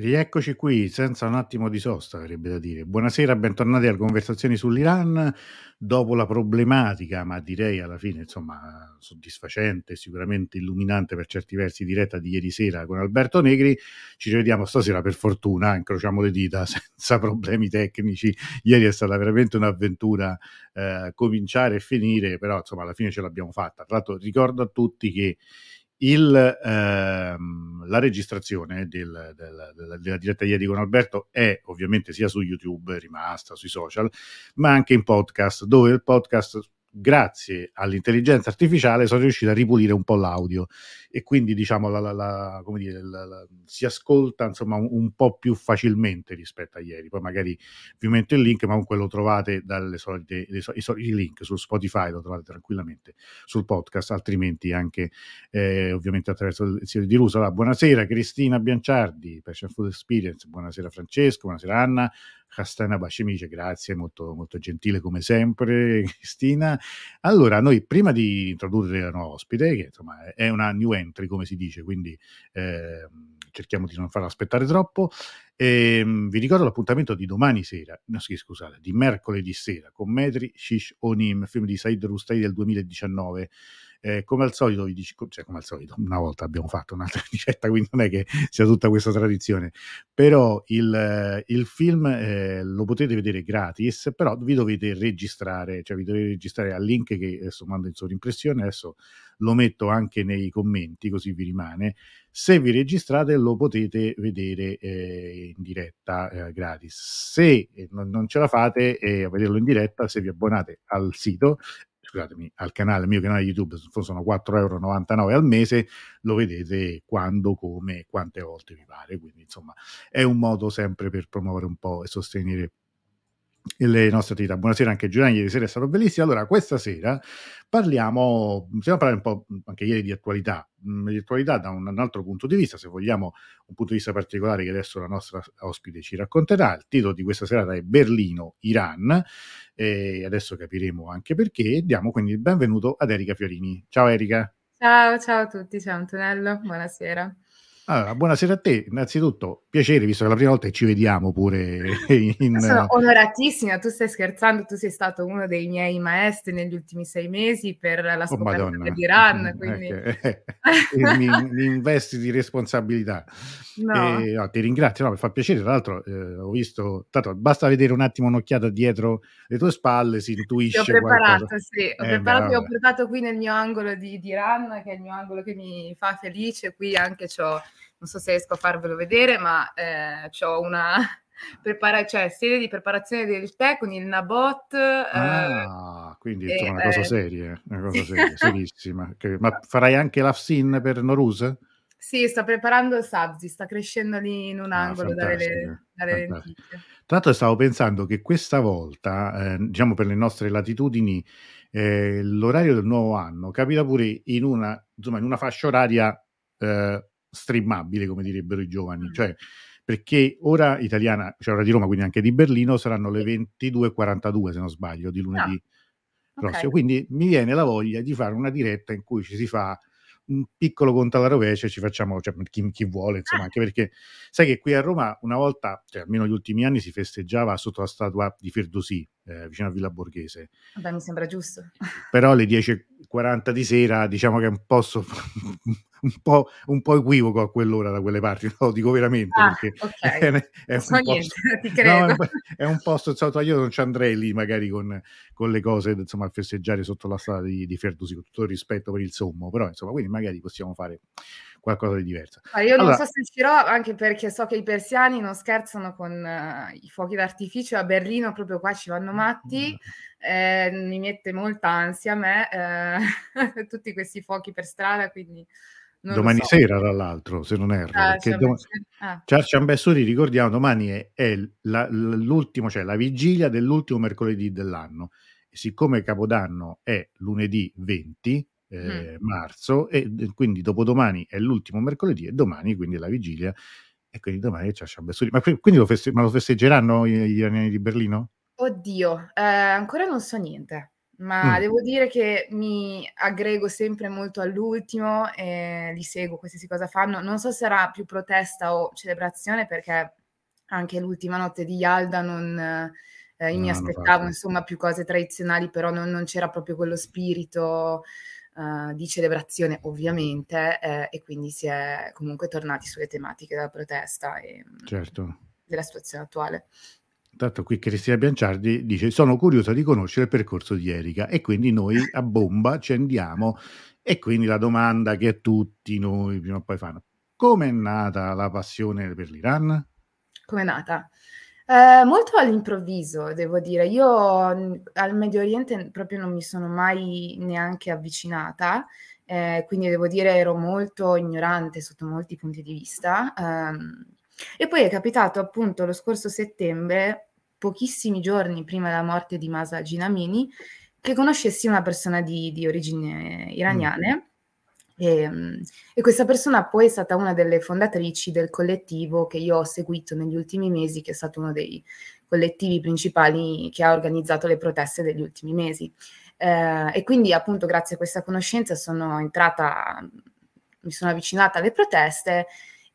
Rieccoci qui, senza un attimo di sosta, verrebbe da dire. Buonasera, bentornati a Conversazioni sull'Iran. Dopo la problematica, ma direi alla fine, insomma, soddisfacente, sicuramente illuminante per certi versi, diretta di ieri sera con Alberto Negri, ci rivediamo stasera per fortuna, incrociamo le dita, senza problemi tecnici. Ieri è stata veramente un'avventura cominciare e finire, però insomma alla fine ce l'abbiamo fatta. Tra l'altro ricordo a tutti che la registrazione della diretta ieri con Alberto è ovviamente sia su YouTube, è rimasta sui social, ma anche in podcast, dove il podcast, grazie all'intelligenza artificiale, sono riuscito a ripulire un po' l'audio e quindi diciamo come dire, si ascolta insomma un po' più facilmente rispetto a ieri. Poi magari vi metto il link, ma comunque lo trovate dalle solite, i soliti link su Spotify, lo trovate tranquillamente sul podcast, altrimenti anche ovviamente attraverso il sito di Rusa. Allora, buonasera Cristina Bianciardi, Passion Food Experience, buonasera Francesco, buonasera Anna, Castana Bascemice, grazie, molto, molto gentile come sempre Cristina. Allora, noi prima di introdurre la nuova ospite, che insomma è una new entry come si dice, quindi cerchiamo di non farla aspettare troppo, vi ricordo l'appuntamento di domani sera, no sì scusate, di mercoledì sera, con Metri Shish Onim, film di Said Rustai del 2019. Come al solito vi dico, cioè come al solito, una volta abbiamo fatto un'altra ricetta, quindi non è che sia tutta questa tradizione, però il film lo potete vedere gratis, però vi dovete registrare, cioè vi dovete registrare al link che adesso mando in sovrimpressione, adesso lo metto anche nei commenti così vi rimane. Se vi registrate lo potete vedere in diretta gratis. Se non ce la fate a vederlo in diretta, se vi abbonate al sito, scusatemi, al canale, al mio canale YouTube, sono 4,99 € al mese, lo vedete quando, come e quante volte vi pare. Quindi insomma è un modo sempre per promuovere un po' e sostenere le nostre attività. Buonasera anche Giuliani, ieri sera è stato bellissimo. Allora, questa sera possiamo parlare un po' anche ieri di attualità, di attualità da un altro punto di vista, se vogliamo un punto di vista particolare che adesso la nostra ospite ci racconterà. Il titolo di questa serata è Berlino, Iran, e adesso capiremo anche perché. Diamo quindi il benvenuto ad Erika Fiorini. Ciao Erika. Ciao, ciao a tutti, ciao Antonello, buonasera. Allora, buonasera a te. Innanzitutto, piacere, visto che è la prima volta che ci vediamo pure Io sono in... onoratissima, tu stai scherzando, tu sei stato uno dei miei maestri negli ultimi 6 mesi per la Oh scoperta Madonna, dell'Iran, quindi mi investi di responsabilità. no, No, ti ringrazio, no, mi fa piacere. Tra l'altro, ho visto, tanto basta vedere un attimo un'occhiata dietro le tue spalle, si sì, ho intuisce qualcosa. preparato, sì, ho Beh, preparato e ho vabbè. portato qui nel mio angolo di Iran, che è il mio angolo che mi fa felice. Qui anche c'ho, non so se riesco a farvelo vedere, ma c'ho una cioè serie di preparazione del tè con il Nabot, Ah, quindi e insomma una sì. cosa seria, serissima. Ma farai anche l'Afsin per Nowruz? Sì, sto preparando il sabzi, sta crescendo lì in un Ah, angolo fantastica, dalle fantas lenticchie. tra l'altro stavo pensando che questa volta, diciamo per le nostre latitudini, l'orario del nuovo anno capita pure in una fascia oraria, streamabile, come direbbero i giovani. Mh. Cioè, perché ora italiana, cioè ora di Roma, quindi anche di Berlino, saranno le Sì. 22:42 se non sbaglio, di Ah, lunedì okay. prossimo. Quindi mi viene la voglia di fare una diretta in cui ci si fa un piccolo conto alla rovescia e ci facciamo, cioè chi vuole, insomma, Ah, anche perché sai che qui a Roma una volta, cioè almeno gli ultimi anni, si festeggiava sotto la statua di Firdousi, vicino a Villa Borghese. vabbè, mi sembra giusto. Però alle 10:40 di sera diciamo che è un posto un po' equivoco a quell'ora da quelle parti, no, lo dico veramente Ah, perché okay. è Non so un niente, posto, ti no, credo. è un posto insomma io non ci andrei lì magari con le cose, insomma, a festeggiare sotto la strada di Ferdusi, con tutto il rispetto per il sommo, però insomma, quindi magari possiamo fare qualcosa di diverso. Ma io non Allora, so se riuscirò, anche perché so che i persiani non scherzano con i fuochi d'artificio. A Berlino proprio qua ci vanno matti, mi mette molta ansia a me, tutti questi fuochi per strada, quindi non lo domani so. sera tra l'altro, se non erro, perché Ciarciambessuri, ricordiamo, domani è l'ultimo, cioè la vigilia dell'ultimo mercoledì dell'anno. E siccome Capodanno è lunedì 20 mh. marzo, e quindi dopodomani è l'ultimo mercoledì e domani quindi è la vigilia, e quindi domani è Ciarciambessuri. Ma quindi ma lo festeggeranno gli iraniani di Berlino? Oddio, ancora non so niente. ma Mm. devo dire che mi aggrego sempre molto all'ultimo e li seguo qualsiasi cosa fanno. Non so se sarà più protesta o celebrazione, perché anche l'ultima notte di Yalda non io mi Non hanno aspettavo fatto. insomma più cose tradizionali, però non c'era proprio quello spirito, di celebrazione ovviamente, e quindi si è comunque tornati sulle tematiche della protesta, Certo. della situazione attuale. Tanto qui Cristina Bianciardi dice: "Sono curiosa di conoscere il percorso di Erika", e quindi noi a bomba ci andiamo, e quindi la domanda che tutti noi prima o poi fanno: com'è nata la passione per l'Iran? Com'è nata? Molto all'improvviso, devo dire. Io, al Medio Oriente proprio non mi sono mai neanche avvicinata, quindi devo dire ero molto ignorante sotto molti punti di vista. E poi è capitato appunto lo scorso settembre, pochissimi giorni prima della morte di Mahsa Jinamini, che conoscessi una persona di origini Mh, iraniane, ehm, e questa persona poi è stata una delle fondatrici del collettivo che io ho seguito negli ultimi mesi, che è stato uno dei collettivi principali che ha organizzato le proteste degli ultimi mesi. E quindi appunto grazie a questa conoscenza sono entrata, mi sono avvicinata alle proteste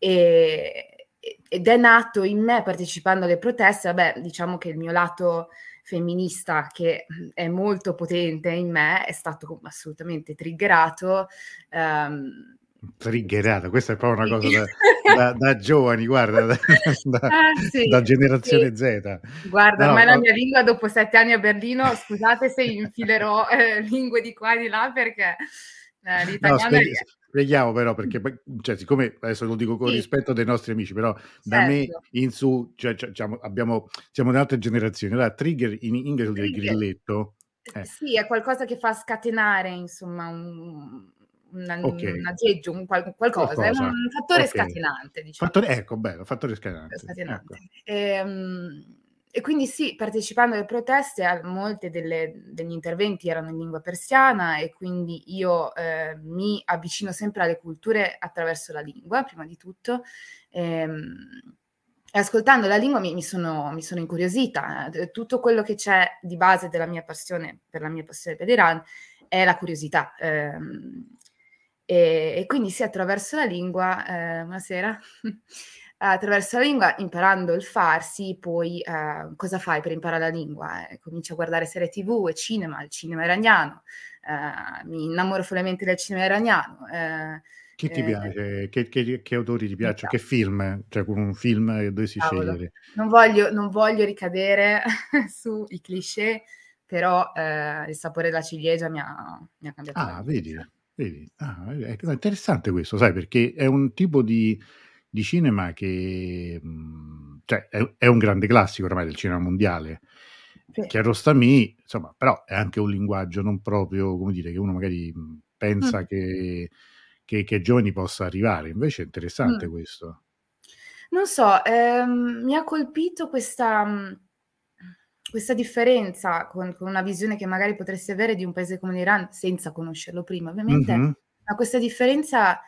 ed è nato in me partecipando alle proteste, vabbè, diciamo che il mio lato femminista, che è molto potente in me, è stato assolutamente triggerato. ehm, triggerata, questa è proprio una sì. cosa da giovani, guarda, da Sì, da sì. generazione Z. Guarda, No, ormai la no. mia lingua dopo 7 anni a Berlino, scusate se infilerò, lingue di qua e di là perché, No, l'italiano è spieghiamo però, perché poi cioè, siccome adesso lo dico con sì, rispetto dei nostri amici, però da me certo. in su, cioè diciamo siamo di altre generazioni. Allora trigger in inglese vuol dire Trigger grilletto. sì, è qualcosa che fa scatenare insomma un Okay, aggeggio, qualcosa, è qualcosa. un fattore Okay. scatenante, diciamo. Fattore, ecco, bello, fattore scatenante, Scatenante. ecco. E quindi sì, partecipando alle proteste a molte degli interventi erano in lingua persiana e quindi io, mi avvicino sempre alle culture attraverso la lingua, prima di tutto. E ascoltando la lingua mi sono incuriosita. Tutto quello che c'è di base della mia passione per l'Iran è la curiosità. E quindi sì, attraverso la lingua buonasera. Attraverso la lingua, imparando il farsi, poi, cosa fai per imparare la lingua? Cominci a guardare serie TV e cinema, il cinema iraniano, mi innamoro follemente del cinema iraniano, Chi ti ehm, piace? Che autori ti piacciono? Meta. Che film? Cioè, con un film che dovessi Cavolo, scegliere. non voglio ricadere sui cliché, però, Il sapore della ciliegia mi ha cambiato la Ah, vita, vedi, cioè. vedi. Ah, no, interessante questo, sai, perché è un tipo di cinema che, cioè è un grande classico ormai del cinema mondiale. Sì. Kiarostami, insomma, però è anche un linguaggio non proprio, come dire, che uno magari, pensa Mh, che ai giovani possa arrivare. Invece è interessante mh. questo. Non so, mi ha colpito questa differenza con una visione che magari potresti avere di un paese come l'Iran, senza conoscerlo prima ovviamente, Mh-mh. ma questa differenza,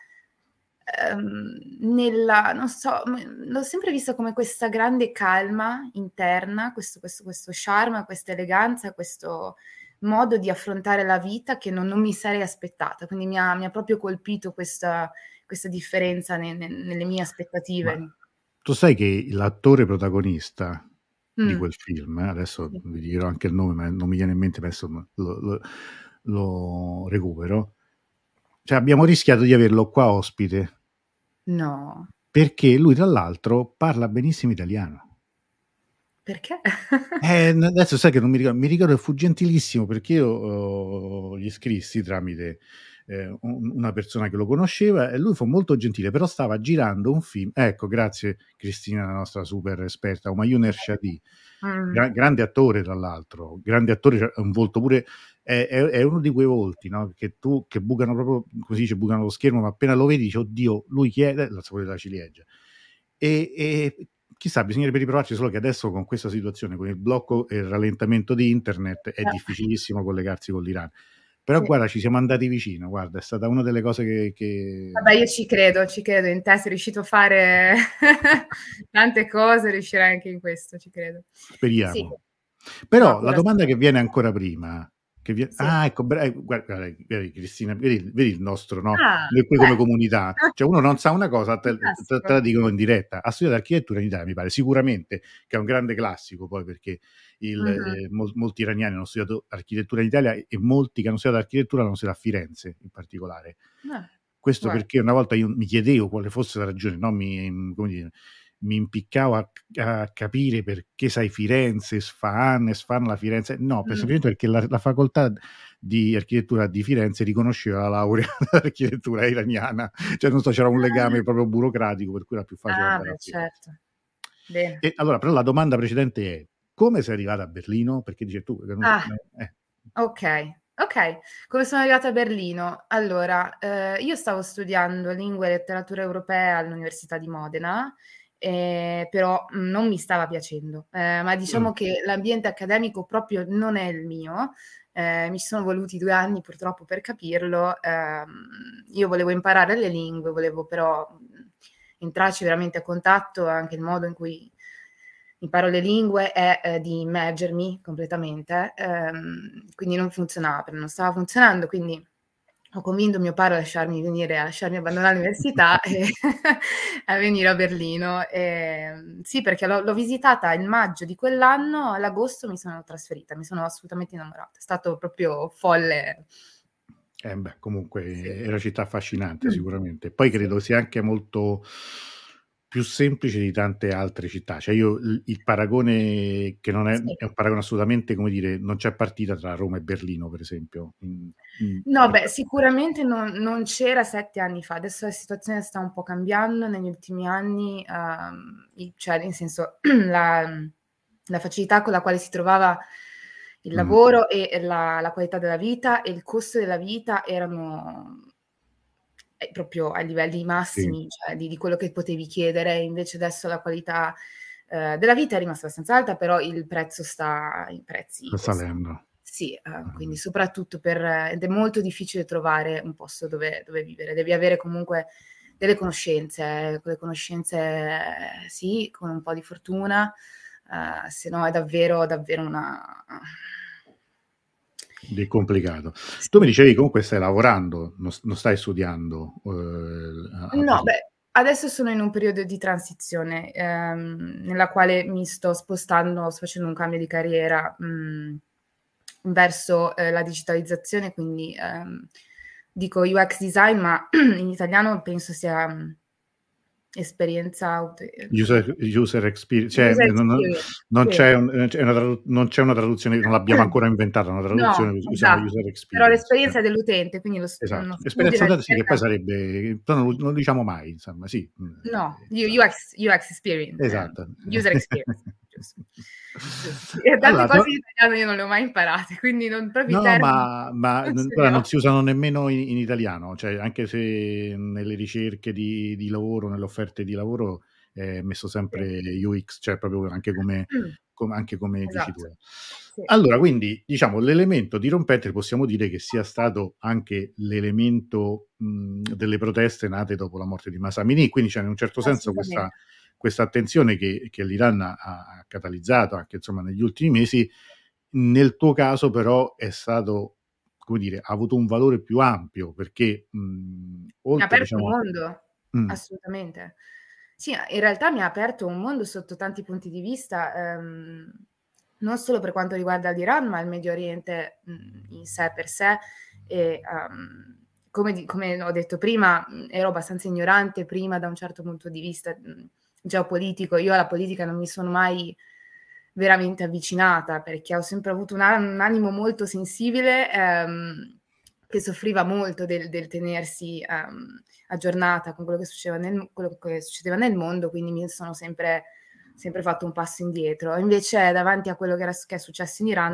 nella non so, l'ho sempre vista come questa grande calma interna, questo charme, questa eleganza, questo modo di affrontare la vita che non mi sarei aspettata. Quindi mi ha proprio colpito questa differenza nelle mie Ma aspettative. tu sai che l'attore protagonista di Mh. quel film, adesso Sì. vi dirò anche il nome, ma non mi viene in mente, adesso lo recupero. Cioè abbiamo rischiato di averlo qua ospite, No. perché lui tra l'altro parla benissimo italiano. Perché? N adesso sai che non mi ricordo, fu gentilissimo perché io, gli scrissi tramite, una persona che lo conosceva, e lui fu molto gentile, però stava girando un film, ecco, grazie Cristina, la nostra super esperta, Humayun Ershadi, Mh. grande attore tra l'altro, grande attore, cioè ha un volto pure, è uno di quei volti, no, che bucano proprio, come si dice, bucano lo schermo, ma appena lo vedi dici: "Oddio, lui chi è?" Il sapore della ciliegia. E chissà, bisognerebbe riprovarci, solo che adesso con questa situazione, con il blocco e il rallentamento di internet, è difficilissimo collegarsi con l'Iran. Però Sì. guarda, ci siamo andati vicino, guarda, è stata una delle cose Vabbè, io ci credo in te, sei riuscito a fare tante cose, riuscirai anche in questo, ci credo. Sì, speriamo. no, Però la ancora domanda spero. che viene ancora prima: Sì. ecco, guarda, vedi Cristina, vedi il nostro, no, Ah, noi qui come beh. comunità, cioè uno non sa una cosa, te la Fantastico. dicono in diretta: "Ha studiato architettura in Italia", mi pare, sicuramente, che è un grande classico poi perché Mh-mh. molti iraniani hanno studiato architettura in Italia e molti che hanno studiato architettura l'hanno studiata a Firenze in particolare. Ah, Questo guarda. perché una volta io mi chiedevo quale fosse la ragione, no, come dire, mi impiccavo a capire perché, sai, Firenze, Sfahan la Firenze, no, Mh. semplicemente perché la facoltà di architettura di Firenze riconosceva la laurea d'architettura iraniana, cioè non so, c'era un legame proprio burocratico per cui era più facile Ah, andare a beh, Firenze. certo. Bene. E allora però la domanda precedente è: come sei arrivata a Berlino? Perché dice tu che Ah, okay, okay. Come sono arrivata a Berlino? Allora, io stavo studiando lingue e letteratura europea all'Università di Modena, però, non mi stava piacendo, ma diciamo che l'ambiente accademico proprio non è il mio. Mi ci sono voluti 2 anni purtroppo per capirlo. Io volevo imparare le lingue, volevo però, entrarci veramente a contatto, anche il modo in cui imparo le lingue è, di immergermi completamente, quindi non funzionava, non stava funzionando, quindi ho convinto mio padre a lasciarmi venire a lasciarmi abbandonare l'università e a venire a Berlino. Sì, perché l'ho visitata il maggio di quell'anno, all'agosto mi sono trasferita, mi sono assolutamente innamorata. È stato proprio folle. Beh, comunque Sì. è una città affascinante sicuramente. Poi Sì, credo sia anche molto più semplice di tante altre città. Cioè io il paragone che non sì. è un paragone assolutamente, come dire, non c'è partita tra Roma e Berlino, per esempio, No, per beh, certi versi. sicuramente non c'era 7 anni fa. Adesso la situazione sta un po' cambiando negli ultimi anni, i cioè nel senso la facilità con la quale si trovava il Mh, lavoro e la qualità della vita e il costo della vita erano, proprio ai livelli sì, massimi, cioè di quello che potevi chiedere. Invece adesso la qualità, della vita è rimasta abbastanza alta, però i prezzi sta costano. salendo. Sì, quindi Mh, soprattutto ed è molto difficile trovare un posto dove vivere. Devi avere comunque delle conoscenze, quelle conoscenze sì, con un po' di fortuna, se no è davvero, davvero una di complicato. Tu mi sì. dicevi comunque stai lavorando, non stai studiando, a No, Berlino. beh, adesso sono in un periodo di transizione, nella quale mi sto facendo un cambio di carriera, verso, la digitalizzazione, quindi, dico UX design, ma in italiano penso sia, esperienza User cioè user experience, non sì. c'è non c'è una traduzione, non l'abbiamo ancora inventata, una traduzione, No, usiamo esatto. user Però experience. l'esperienza dell'utente, quindi uno Esatto. studio, Esperienza la utente sì, che poi ricerca. sarebbe però non lo diciamo mai, insomma, sì, No, esatto. UX experience, Esatto. user experience, giusto. Giusto, sì. E tante Allora cose in italiano io non le ho mai imparate, quindi proprio i no, termini ma non ce li guarda, ho. non si usano nemmeno in italiano, cioè anche se nelle ricerche di lavoro, nelle offerte di lavoro è messo Sì. sempre UX, cioè proprio anche anche come dici tu. Esatto. Sì. Allora, quindi diciamo l'elemento dirompente possiamo dire che sia stato anche l'elemento, delle proteste nate dopo la morte di Mahsa Amini, quindi c'è in un certo senso Assolutamente. questa attenzione che l'Iran ha catalizzato anche insomma negli ultimi mesi. Nel tuo caso però è stato, come dire, ha avuto un valore più ampio perché, Mi ha oltre aperto un diciamo mondo, mh, assolutamente. Sì, in realtà mi ha aperto un mondo sotto tanti punti di vista, non solo per quanto riguarda l'Iran, ma il Medio Oriente, in sé per sé e, come ho detto prima, ero abbastanza ignorante prima da un certo punto di vista, geopolitico. Io alla politica non mi sono mai veramente avvicinata, perché ho sempre avuto un animo molto sensibile, che soffriva molto del tenersi, aggiornata con quello che succedeva nel mondo, quindi mi sono sempre fatto un passo indietro. Invece davanti a quello che è successo in Iran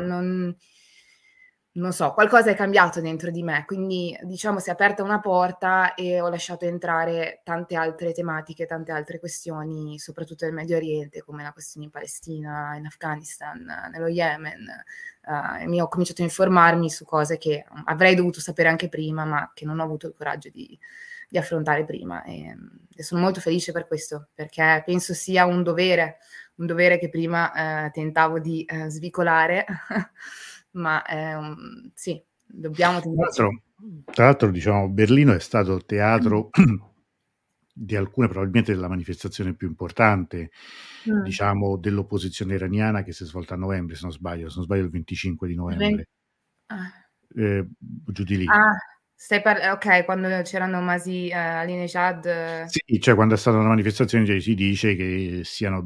non so, qualcosa è cambiato dentro di me, quindi diciamo si è aperta una porta e ho lasciato entrare tante altre tematiche, tante altre questioni, soprattutto del Medio Oriente, come la questione in Palestina, in Afghanistan, nello Yemen, e mi ho cominciato a informarmi su cose che avrei dovuto sapere anche prima, ma che non ho avuto il coraggio di affrontare prima. E sono molto felice per questo, perché penso sia un dovere che prima, tentavo di, svicolare ma sì, dobbiamo Tra tenerci. l'altro tra l'altro diciamo Berlino è stato il teatro di alcune probabilmente della manifestazione più importante, Mh. diciamo, dell'opposizione iraniana che si è svolta a novembre, se non sbaglio il 25 di Il ven novembre, ah. ehm, giù di lì. Ah, stai okay, quando c'erano Masi Ahmadinejad. Sì, cioè quando è stata una manifestazione, cioè si dice che siano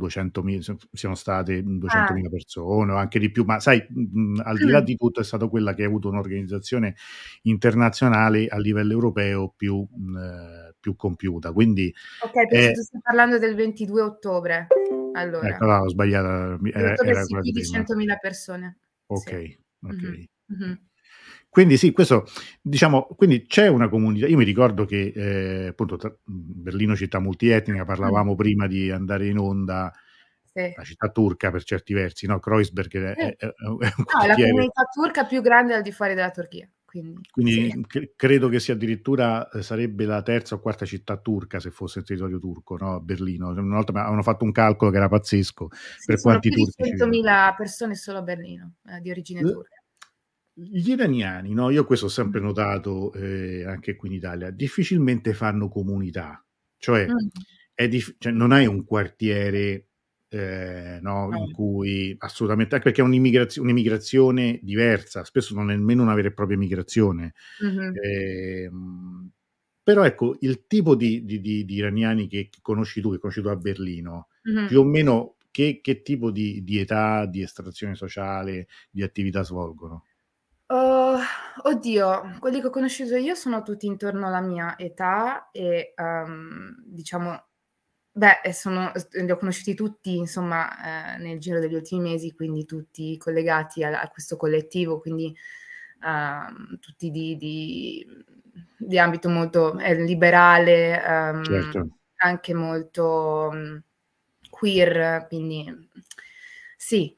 200.000 Ah. persone o anche di più, ma sai, al di là di tutto è stata quella che ha avuto un'organizzazione internazionale a livello europeo più compiuta. Quindi Okay, è penso tu stia parlando del 22 ottobre. Allora, ecco, no, ho sbagliata, 22 ottobre era sì, quella più di di prima. 100.000 persone. Sì. Okay, Mh-mh. okay. Mh-mh. Quindi sì, questo diciamo quindi c'è una comunità. Io mi ricordo che, appunto Berlino città multietnica, Mh. parlavamo prima di andare in onda, Sì. la città turca per certi versi, no, Kreuzberg Sì. è un No, è la quartiere, comunità turca più grande al di fuori della Turchia, quindi sì. quindi credo che sia addirittura sarebbe la terza o quarta città turca se fosse il territorio turco, no, Berlino. Una volta avevano fatto un calcolo che era pazzesco Sì, per sono quanti più di turchi ci vivono. 100.000 persone solo a Berlino, di origine L turca. Gli iraniani, no, io questo ho sempre Mh. notato, anche qui in Italia, difficilmente fanno comunità. Cioè Mh. cioè non hai un quartiere, no, No. in cui assolutamente, anche perché è un'immigrazione diversa, spesso non è nemmeno una vera e propria migrazione. Mh-mh. Ehm, Però ecco, il tipo di iraniani che conosci tu a Berlino, Mh-mh. più o meno che tipo di età, di estrazione sociale, di attività svolgono? Uhm, oddio, quelli che ho conosciuto io sono tutti intorno alla mia età e, diciamo beh, li ho conosciuti tutti insomma, nel giro degli ultimi mesi, quindi tutti collegati a questo collettivo, quindi, tutti di ambito molto, liberale, Certo. anche molto, queer, quindi sì,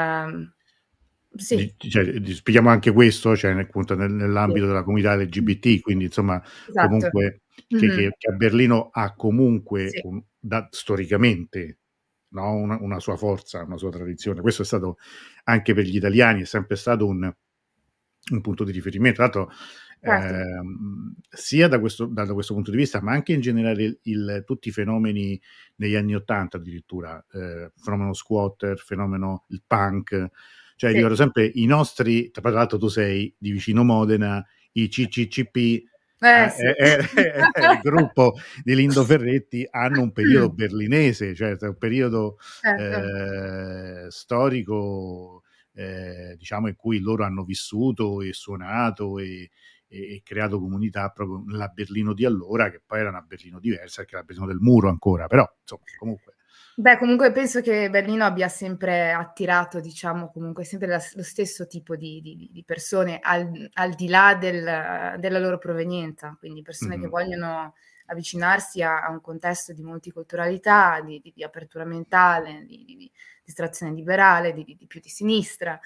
sì, Spieghiamo anche questo, cioè appunto sì. nell'ambito della comunità LGBT, quindi insomma Esatto. comunque che Mh-mh. che a Berlino ha comunque Sì, storicamente, no, una sua forza, una sua tradizione. Questo è stato anche per gli italiani, è sempre stato un punto di riferimento. Tra l'altro, certo. sia da questo punto di vista, ma anche in generale tutti i fenomeni negli anni '80 addirittura, fenomeno squatter, fenomeno il punk, cioè Sì. ricordo sempre i nostri, tra l'altro tu sei di vicino Modena, i CCCP, Sì. il gruppo di Lindo Ferretti hanno un periodo berlinese, cioè è un periodo, Certo. storico, diciamo in cui loro hanno vissuto e suonato e creato comunità proprio nella Berlino di allora, che poi era una Berlino diversa, che era la Berlino del muro ancora, però insomma comunque Beh, comunque penso che Berlino abbia sempre attirato, diciamo, comunque sempre lo stesso tipo di persone al di là della loro provenienza, quindi persone che mh-mh. vogliono avvicinarsi a un contesto di multiculturalità, di apertura mentale, di distrazione liberale, di più di sinistra.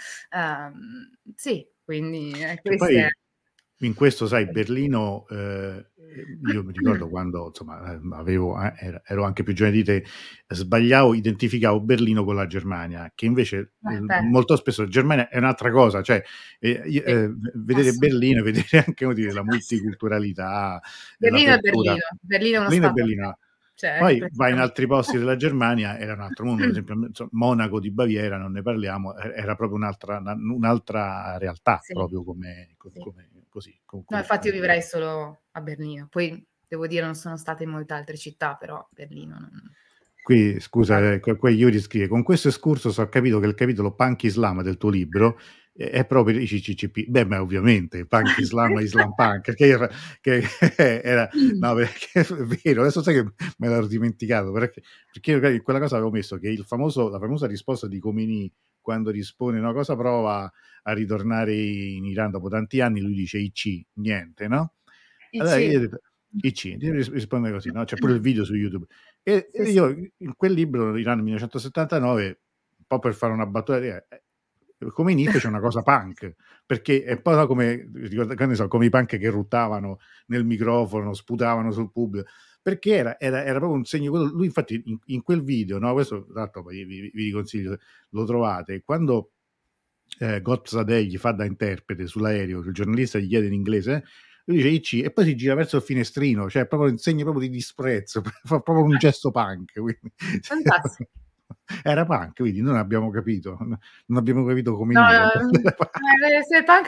Sì, quindi, Che queste poi in questo sai Berlino, io mi ricordo quando insomma, avevo ero anche più giovane di te, identificavo Berlino con la Germania, che invece, beh, molto spesso la Germania è un'altra cosa, cioè, sì, vedere assolut Berlino e vedere anche, come dire, la multiculturalità e Berlino è l'apertura. Berlino, Berlino è uno Berlino è Stato a sé, Berlino. cioè Poi vai in altri posti praticamente. della Germania, era un altro mondo, ad esempio, Monaco di Baviera, non ne parliamo, era proprio un'altra realtà, Sì, proprio come sì. così, No, così, infatti io vivrei solo a Berlino. Poi devo dire non sono stata in molte altre città, però Berlino non Qui scusa, guarda. qua Yuri scrive: "Con questo excursus ho capito che il capitolo Punk Islam del tuo libro è proprio i CCCP". Beh, ma ovviamente Punk Islam, Islam Punk, che era, no, perché è vero, adesso sai che me l'ero dimenticato, perché magari in quella cosa avevo messo che la famosa risposta di Khomeini quando rispone, no: "Cosa prova a ritornare in Iran dopo tanti anni?" Lui dice: "IC, niente", no? Allora IC. io ho detto: "IC", risponde così, no, c'è pure il video su YouTube. E Sì, sì. io in quel libro, Iran 1979, un po' per fare una battuta, Khomeini fece una cosa punk, perché è un po', no, come che ne so, come i punk che ruttavano nel microfono, sputavano sul pubblico, perché era proprio un segno, lui infatti in quel video, no, questo tra l'altro poi vi consiglio, lo trovate, quando Gozadeh gli fa da interprete sull'aereo, il giornalista gli chiede in inglese, lui dice IC e poi si gira verso il finestrino, cioè proprio in segno proprio di disprezzo, fa proprio un gesto punk, quindi Fantastico. era punk, quindi non abbiamo capito, non abbiamo capito come No, dire. essere punk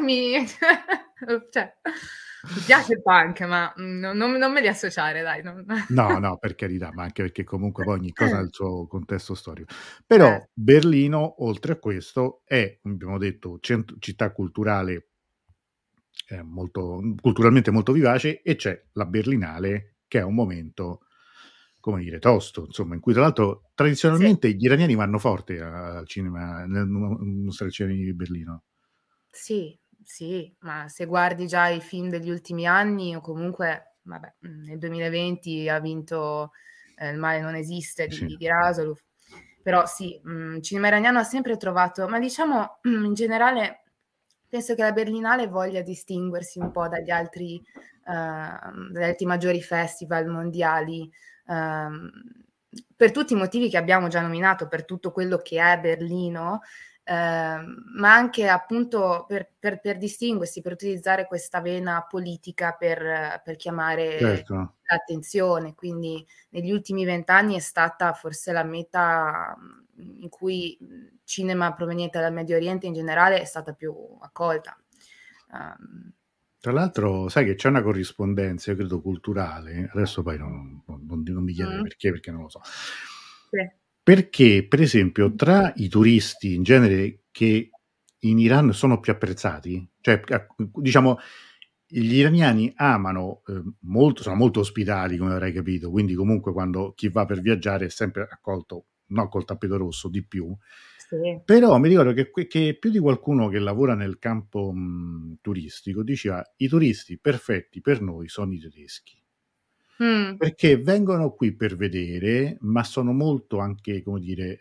cioè, mi piace il punk, ma, non me li associare dai, non No, no, per carità, ma anche perché comunque poi ogni cosa ha il suo contesto storico. Cer Però Berlino, oltre a questo, è, come abbiamo detto, città culturale molto culturalmente molto vivace, e c'è la Berlinale che è un momento, come dire, tosto, insomma, in cui tra l'altro sì, tradizionalmente gli iraniani vanno forte al cinema, nel mostrare il cinema di Berlino. sì, sì, ma se guardi già i film degli ultimi anni o comunque vabbè, nel 2020 ha vinto, Il male non esiste di Sì, di Razolov. Però sì, il cinema iraniano ha sempre trovato ma diciamo in generale penso che la Berlinale voglia distinguersi un po' dagli altri maggiori festival mondiali, uhm, per tutti i motivi che abbiamo già nominato, per tutto quello che è Berlino, ma anche appunto per distinguersi, per utilizzare questa vena politica per chiamare certo. l'attenzione. Quindi negli ultimi 20 anni è stata forse la meta, in cui, cinema proveniente dal Medio Oriente in generale è stata più accolta. Uhm, Tra sì. l'altro sai che c'è una corrispondenza, io credo culturale, adesso poi non mi chiedere Mh, perché non lo so. sì. Perché, per esempio, tra i turisti in genere che in Iran sono più apprezzati, cioè diciamo gli iraniani amano, molto sono molto ospitali, come avrai capito, quindi comunque quando chi va per viaggiare è sempre accolto, non col tappeto rosso, di più. Sì. Però mi ricordo che più di qualcuno che lavora nel campo, turistico diceva: "I turisti perfetti per noi sono i tedeschi". Mh, Perché vengono qui per vedere, ma sono molto anche, come dire,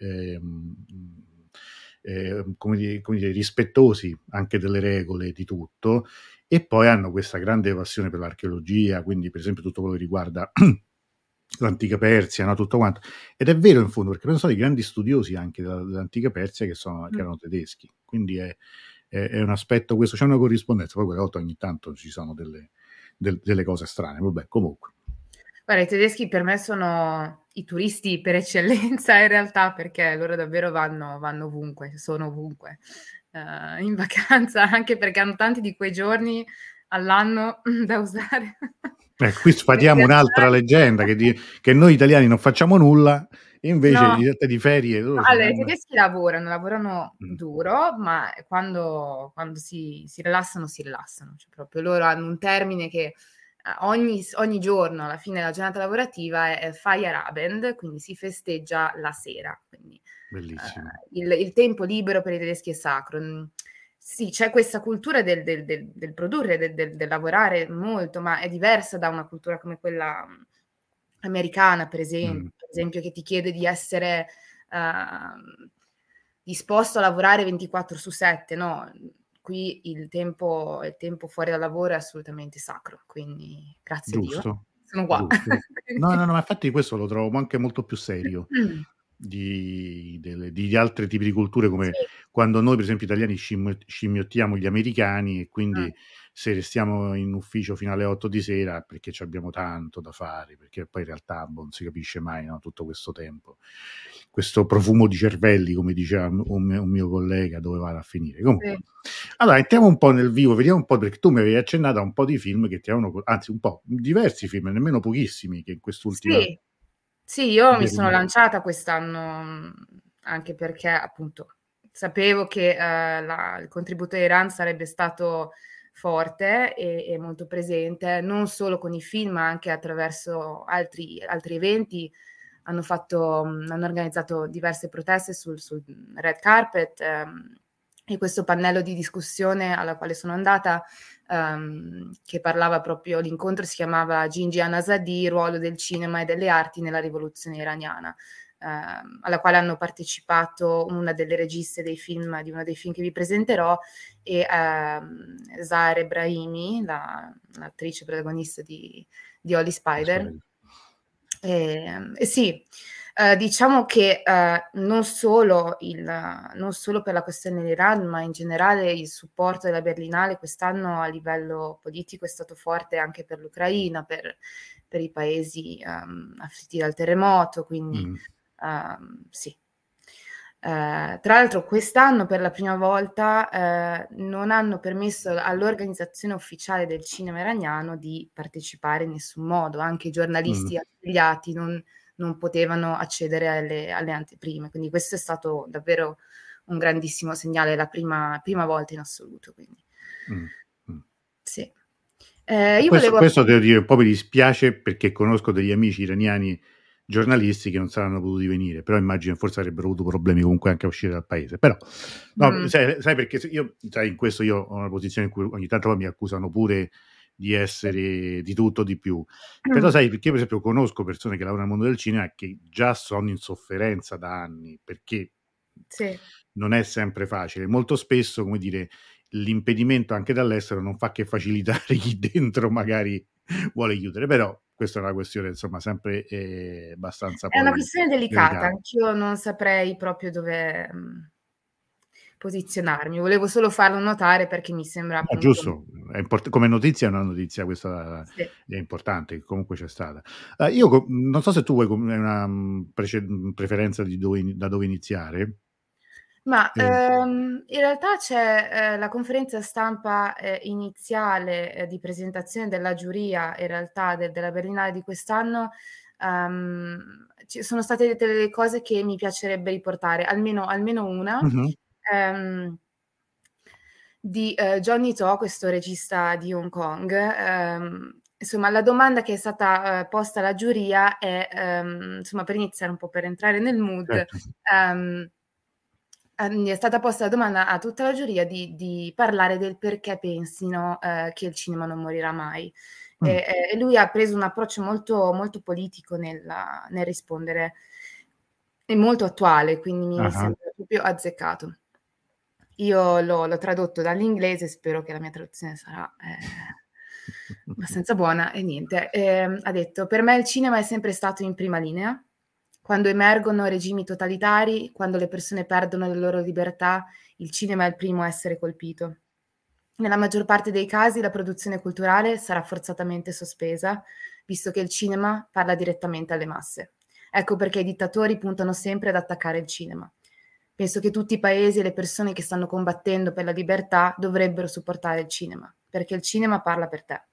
come dire, rispettosi anche delle regole, di tutto, e poi hanno questa grande passione per l'archeologia, quindi per esempio tutto quello che riguarda l'antica Persia, no, tutto quanto. Ed è vero in fondo, perché sono stati grandi studiosi anche dell'antica Persia che mh. erano tedeschi. Quindi è un aspetto questo, c'è una corrispondenza, poi quelle volte ogni tanto ci sono delle cose strane, vabbè comunque. Guarda, i tedeschi per me sono i turisti per eccellenza in realtà, perché loro davvero vanno ovunque, sono ovunque, in vacanza, anche perché hanno tanti di quei giorni all'anno da usare Ecco, qui per sfatiamo un'altra viaggiare. leggenda che noi italiani non facciamo nulla, e invece No. in realtà di ferie No, loro se ne allora i vanno. tedeschi lavorano Mh, duro, ma quando si rilassano, si rilassano. Cioè proprio loro hanno un termine che, ogni giorno alla fine della giornata lavorativa è Feierabend, quindi si festeggia la sera. Quindi, bellissimo. il tempo libero per i tedeschi è sacro. Sì, c'è questa cultura del produrre, del lavorare molto, ma è diversa da una cultura come quella, americana Mh, per esempio che ti chiede di essere, uhm, disposto a lavorare 24 su 7, no, qui il tempo fuori dal lavoro è assolutamente sacro, quindi grazie a Dio giusto, sono qua. giusto. No, no, Quindi no, ma infatti questo lo trovo anche molto più serio di altri tipi di culture, come sì, quando noi per esempio italiani scimmiottiamo gli americani, e mh, quindi se restiamo in ufficio fino alle 8 di sera è perché c'abbiamo tanto da fare, perché poi in realtà, boh, non si capisce mai, no, tutto questo tempo. Questo profumo di cervelli, come diceva un mio collega, dove vada a finire. sì, Comunque, allora entriamo un po' nel vivo, vediamo un po', perché tu mi avevi accennato a un po' di film che ti avevano anzi un po', diversi film, nemmeno pochissimi, che in quest'ultima sì. Sì, io mi sono Berlino. lanciata quest'anno, anche perché appunto sapevo che, il contributo Iran sarebbe stato forte e molto presente, non solo con i film, ma anche attraverso altri eventi. Hanno organizzato diverse proteste sul red carpet, e questo pannello di discussione alla quale sono andata, che parlava proprio l'incontro si chiamava Gingian Azadi, ruolo del cinema e delle arti nella rivoluzione iraniana, alla quale hanno partecipato una delle registe di uno dei film che vi presenterò e, Zahar Ebrahimi, l'attrice protagonista di Holy Spider. Sì, diciamo che, non solo per la questione dell'Iran, ma in generale il supporto della Berlinale quest'anno a livello politico è stato forte anche per l'Ucraina, per i paesi, afflitti dal terremoto, quindi, Mh, sì. Tra l'altro quest'anno per la prima volta, non hanno permesso all'organizzazione ufficiale del cinema iraniano di partecipare in nessun modo. Anche i mh, giornalisti affiliati non potevano accedere alle anteprime. Quindi questo è stato davvero un grandissimo segnale, la prima volta in assoluto, quindi mh, mh. sì. E Io questo volevo questo devo dire un po' mi dispiace perché conosco degli amici iraniani giornalisti che non saranno potuti venire, però immagino forse avrebbero avuto problemi comunque anche a uscire dal paese. Però no, mh, sai perché se io sai in questo io ho una posizione in cui ogni tanto poi mi accusano pure di essere di tutto, di più. Però sai perché io per esempio conosco persone che lavorano nel mondo del cinema e che già sono in sofferenza da anni, perché sì. non è sempre facile. Molto spesso, come dire, l'impedimento anche dall'estero non fa che facilitare chi dentro magari vuole chiudere, però questa è una questione insomma sempre, abbastanza È una poi questione delicata, delicata. anch'io non saprei proprio dove, posizionarmi. Volevo solo farlo notare perché mi sembra No, appunto giusto, è come notizia è una notizia questa sì. è importante, che comunque c'è stata. Io non so se tu vuoi una, preferenza di da dove iniziare? Ma, Ehm in realtà c'è, la conferenza stampa, iniziale, di presentazione della giuria in realtà della Berlinale di quest'anno, ci sono state dette delle cose che mi piacerebbe riportare, almeno una, Mh-mh, ehm, di, Johnny To, questo regista di Hong Kong. Insomma la domanda che è stata, posta alla giuria è, insomma per iniziare un po' per entrare nel mood, certo. ehm è stata posta la domanda a tutta la giuria di parlare del perché pensino, che il cinema non morirà mai. Mh, E lui ha preso un approccio molto molto politico nel rispondere e molto attuale, quindi mi ah-ah. sembra proprio azzeccato. Io l'ho tradotto dall'inglese, spero che la mia traduzione sarà, abbastanza buona e niente, ha detto: "Per me il cinema è sempre stato in prima linea. Quando emergono regimi totalitari, quando le persone perdono le loro libertà, il cinema è il primo a essere colpito. Nella maggior parte dei casi la produzione culturale sarà forzatamente sospesa, visto che il cinema parla direttamente alle masse. Ecco perché i dittatori puntano sempre ad attaccare il cinema. Penso che tutti i paesi e le persone che stanno combattendo per la libertà dovrebbero supportare il cinema, perché il cinema parla per te."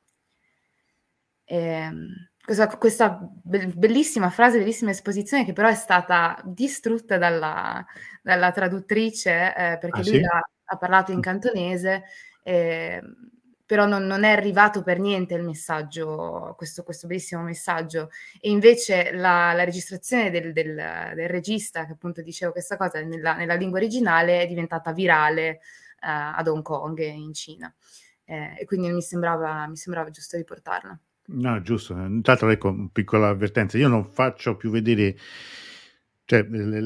Questa bellissima frase, bellissima esposizione che però è stata distrutta dalla traduttrice, Ah perché lui sì? ha parlato in cantonese, ehm, però non è arrivato per niente il messaggio, questo bellissimo messaggio. E invece la registrazione del regista che appunto diceva questa cosa nella lingua originale è diventata virale, ad Hong Kong e in Cina. E quindi mi sembrava giusto riportarla. No, giusto. Tra l'altro ecco, piccola avvertenza, io non faccio più vedere cioè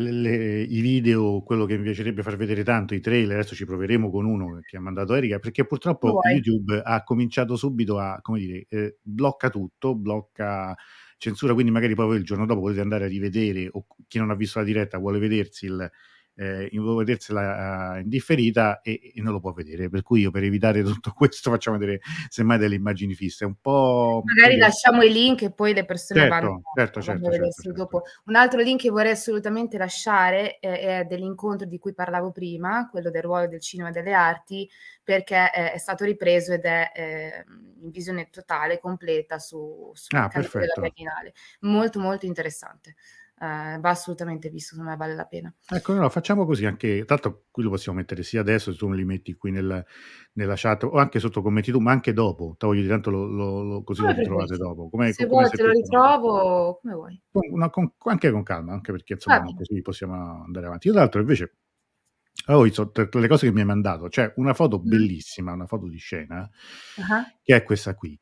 i video, quello che mi piacerebbe far vedere tanto, i trailer, adesso ci proveremo con uno che ha mandato Erika, perché Come purtroppo vuoi. YouTube ha cominciato subito a, come dire, blocca tutto, blocca censura, quindi magari poi voi il giorno dopo potete andare a rivedere o chi non ha visto la diretta vuole vedersi vuole vedersela in differita e non lo può vedere. Per cui io per evitare tutto questo facciamo vedere semmai delle immagini fisse. È un po', come Magari dire lasciamo i link e poi le persone vanno certo, certo, vanno a certo, certo, vederselo certo. dopo. Un altro link che vorrei assolutamente lasciare è dell'incontro di cui parlavo prima, quello del ruolo del cinema e delle arti, perché è stato ripreso ed è, in visione totale, completa sul Ah, canale della perfetto. Berlinale. Molto, molto interessante. Va assolutamente visto, secondo me vale la pena. Ecco, no, facciamo così anche tanto qui lo possiamo mettere sia adesso, se tu me li metti qui nella chat o anche sotto commenti tu, ma anche dopo. Te voglio dire, tanto così lo Come ritrovate preferisci. dopo. Se Come vuoi sei te lo più comoda. ritrovo come vuoi. Anche con calma, anche perché Va insomma bene. così possiamo andare avanti. Io tra l'altro invece avevo visto tra le cose che mi hai mandato, c'è una foto Mh. bellissima, una foto di scena, Ah-ah. che è questa qui,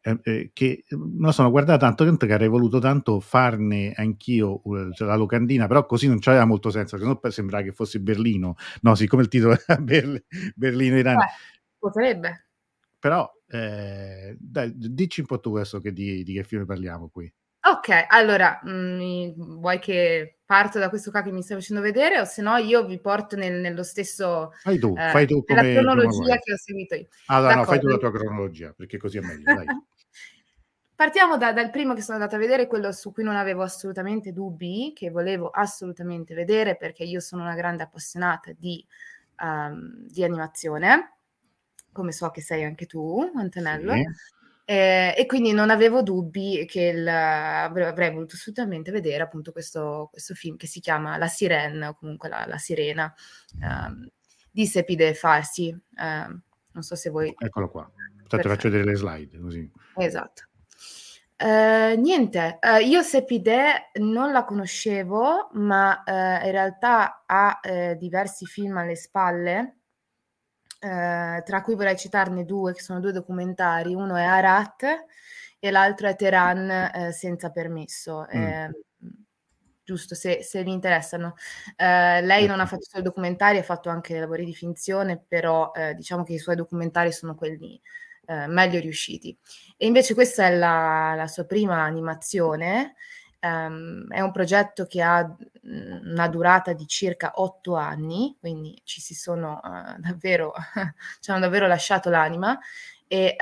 me la sono guardata tanto che avrei voluto tanto farne anch'io, cioè la locandina, però così non c'aveva molto senso, se no poi sembrava che fossi Berlino. No, siccome il titolo era Berlino Iran. Potrebbe. Però, dai, dici un po' tu adesso che di che film parliamo qui. Ok, allora, vuoi che parto da questo qua che mi stai facendo vedere o se no io vi porto nello stesso, Fai tu nella come cronologia vuoi. che ho seguito io. Allora, no, fai tu la D'accordo. tua cronologia, perché così è meglio, dai. Partiamo dal primo che sono andata a vedere, quello su cui non avevo assolutamente dubbi, che volevo assolutamente vedere perché io sono una grande appassionata di animazione, come so che sei anche tu, Antonello, Sì, e quindi non avevo dubbi che avrei voluto assolutamente vedere appunto questo film che si chiama La Sirena, o comunque la Sirena, ehm, di Sepide Farsi. Non so se vuoi... eccolo qua. Aspetta, faccio Perfetto. vedere le slide, così. Esatto. Niente, io Sepideh non la conoscevo, ma in realtà ha diversi film alle spalle, tra cui vorrei citarne due, che sono due documentari. Uno è Arat e l'altro è Teheran senza permesso. Mm, Giusto, se vi interessano. Lei non ha certo. fatto solo documentari, ha fatto anche lavori di finzione, però diciamo che i suoi documentari sono quelli meglio riusciti. E invece questa è la sua prima animazione. È un progetto che ha una durata di circa 8 anni, quindi ci si sono davvero, ci hanno davvero lasciato l'anima. E,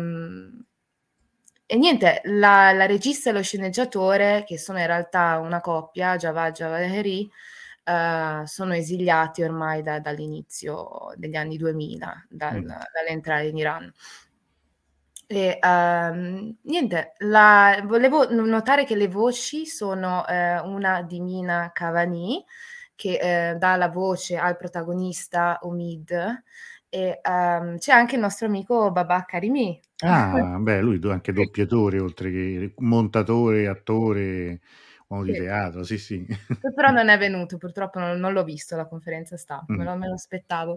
e niente, la regista e lo sceneggiatore, che sono in realtà una coppia, Javad Javaheri, sono esiliati ormai dall'inizio degli anni 2000, Mm. dall'entrare in Iran. E niente, volevo notare che le voci sono una di Mina Kavani, che dà la voce al protagonista Omid, e c'è anche il nostro amico Babak Karimi. Ah, beh, lui anche Sì, doppiatore, oltre che montatore, attore, uomo di sì. teatro, sì, sì. Poi però non è venuto, purtroppo non l'ho visto la conferenza stampa, Mm. me lo aspettavo.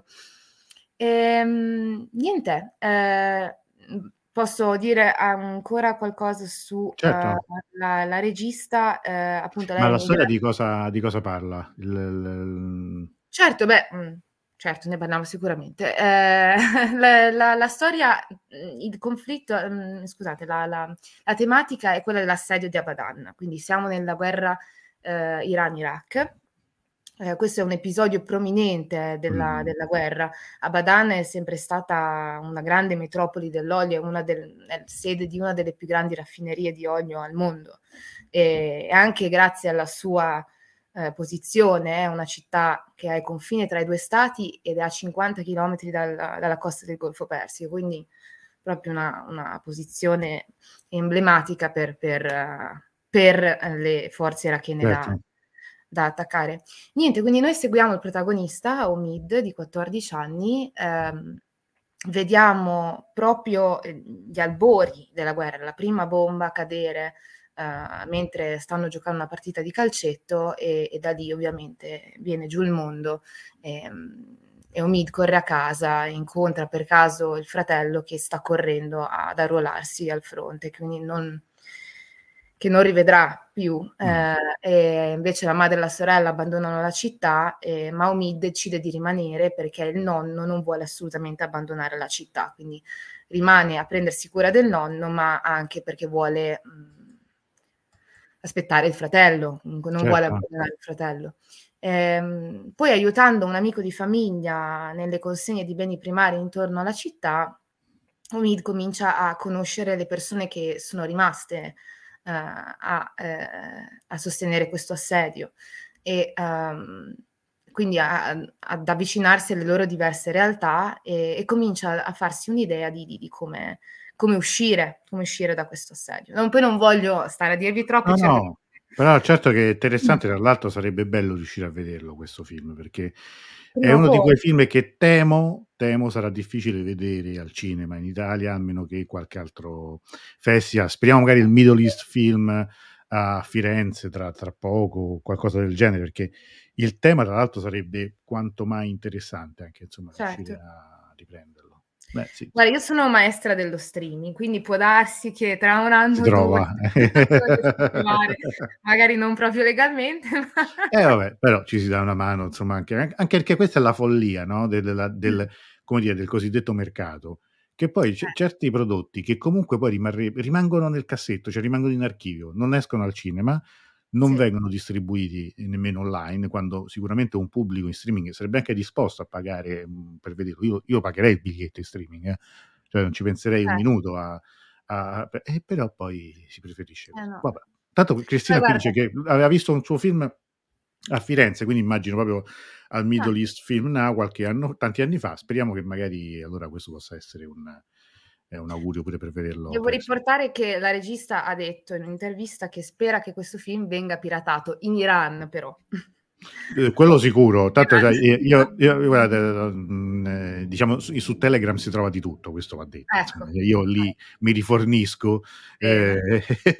Niente, posso dire ancora qualcosa su Certo, la regista, appunto ma lei è la storia migra di cosa parla? certo, beh, certo, ne parliamo sicuramente. La storia, il conflitto, scusate, la tematica è quella dell'assedio di Abadan, quindi siamo nella guerra Iran-Iraq. Questo è un episodio prominente Mm, della guerra. Abadan è sempre stata una grande metropoli dell'olio, è sede di una delle più grandi raffinerie di olio al mondo. E anche grazie alla sua posizione, è una città che ha il confine tra i due stati ed è a 50 km dalla costa del Golfo Persico, quindi proprio una posizione emblematica per le forze irachene certo. da attaccare. Niente, quindi noi seguiamo il protagonista, Omid, di 14 anni, vediamo proprio gli albori della guerra, la prima bomba cadere mentre stanno giocando una partita di calcetto e da lì ovviamente viene giù il mondo. E Omid corre a casa, incontra per caso il fratello che sta correndo ad arruolarsi al fronte, quindi che non rivedrà più. Mm, E invece la madre e la sorella abbandonano la città, ma Omid decide di rimanere perché il nonno non vuole assolutamente abbandonare la città, quindi rimane a prendersi cura del nonno, ma anche perché vuole aspettare il fratello, comunque non vuole certo. abbandonare il fratello. Poi aiutando un amico di famiglia nelle consegne di beni primari intorno alla città, Omid comincia a conoscere le persone che sono rimaste a sostenere questo assedio e quindi ad avvicinarsi alle loro diverse realtà e comincia a farsi un'idea di come uscire da questo assedio. Poi non voglio stare a dirvi troppo, No, cerco no, però certo che è di... interessante, tra l'altro sarebbe bello riuscire a vederlo questo film, perché è Prima o uno di poi. quei film che temo sarà difficile vedere al cinema in Italia, a meno che qualche altro festival. Speriamo magari il Middle East Film a Firenze tra poco, o qualcosa del genere, perché il tema tra l'altro sarebbe quanto mai interessante anche, insomma, riuscire Certo. a riprenderlo. Beh, sì, Guarda, io sono maestra dello streaming, quindi può darsi che tra 1 si anno o 2 trova. lo riesco a trovare, magari non proprio legalmente, ma Vabbè, però ci si dà una mano, insomma, anche perché questa è la follia, no, del Mh. come dire, del cosiddetto mercato, Che poi certi prodotti che comunque poi rimangono nel cassetto, cioè rimangono in archivio, non escono al cinema, non sì, vengono distribuiti nemmeno online, quando sicuramente un pubblico in streaming sarebbe anche disposto a pagare, per vederlo. Io pagherei il biglietto in streaming, cioè non ci penserei un cer minuto però poi si preferisce così. no. Vabbè. Tanto Poi Cristina qui guarda dice che aveva visto un suo film a Firenze, quindi immagino proprio al ah, Middle East Film Now tanti anni fa. Speriamo che magari allora questo possa essere un augurio pure per vederlo devo presto. riportare che la regista ha detto in un'intervista che spera che questo film venga piratato, in Iran però. Quello sicuro, tanto Iran. sai, io guarda, diciamo su Telegram si trova di tutto, questo va detto, insomma, Ecco, io lì mi rifornisco, bene. ehm,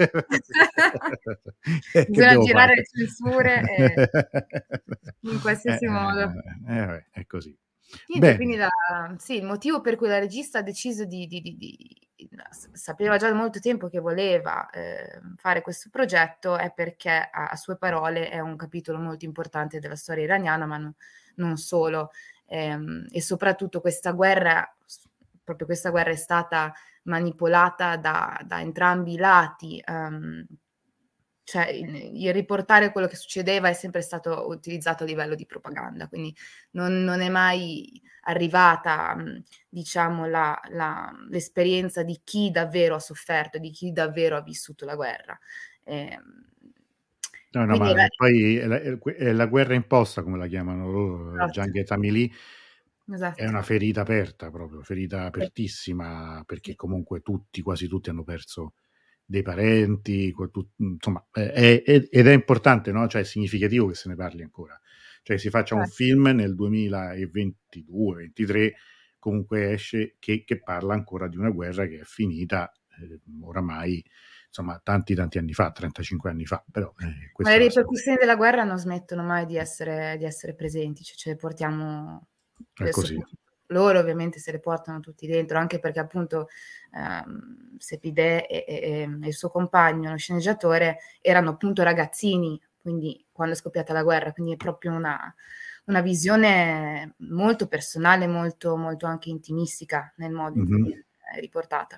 che Bisogna devo fare? girare le censure, in qualsiasi modo. Vabbè, è così. Niente, quindi Bene, sì, il motivo per cui la regista ha deciso di sapeva già da molto tempo che voleva, fare questo progetto è perché a sue parole è un capitolo molto importante della storia iraniana, ma non solo. E soprattutto questa guerra proprio questa guerra è stata manipolata da entrambi i lati, cioè il riportare quello che succedeva è sempre stato utilizzato a livello di propaganda, quindi non è mai arrivata, diciamo l'esperienza di chi davvero ha sofferto, di chi davvero ha vissuto la guerra. Ehm, no, no, quindi era ma poi è la guerra imposta, come la chiamano loro, esatto, Jang e Tamili. È esatto. una ferita aperta proprio, ferita Sì, apertissima, perché sì, comunque quasi tutti hanno perso dei parenti, insomma, ed è importante, no, cioè è significativo che se ne parli ancora. Cioè si faccia un cer film nel 2022, 23, comunque esce che parla ancora di una guerra che è finita, oramai, insomma, tanti anni fa, 35 anni fa, però, ma le questa è la storia. ripercussioni della guerra non smettono mai di essere presenti, cioè ce le portiamo È così. soprattutto loro ovviamente se le portano tutti dentro, anche perché appunto, Sepideh e il suo compagno, lo sceneggiatore, erano appunto ragazzini, quindi quando è scoppiata la guerra, quindi è proprio una visione molto personale, molto anche intimistica nel modo in cui Mh-mh. viene riportata.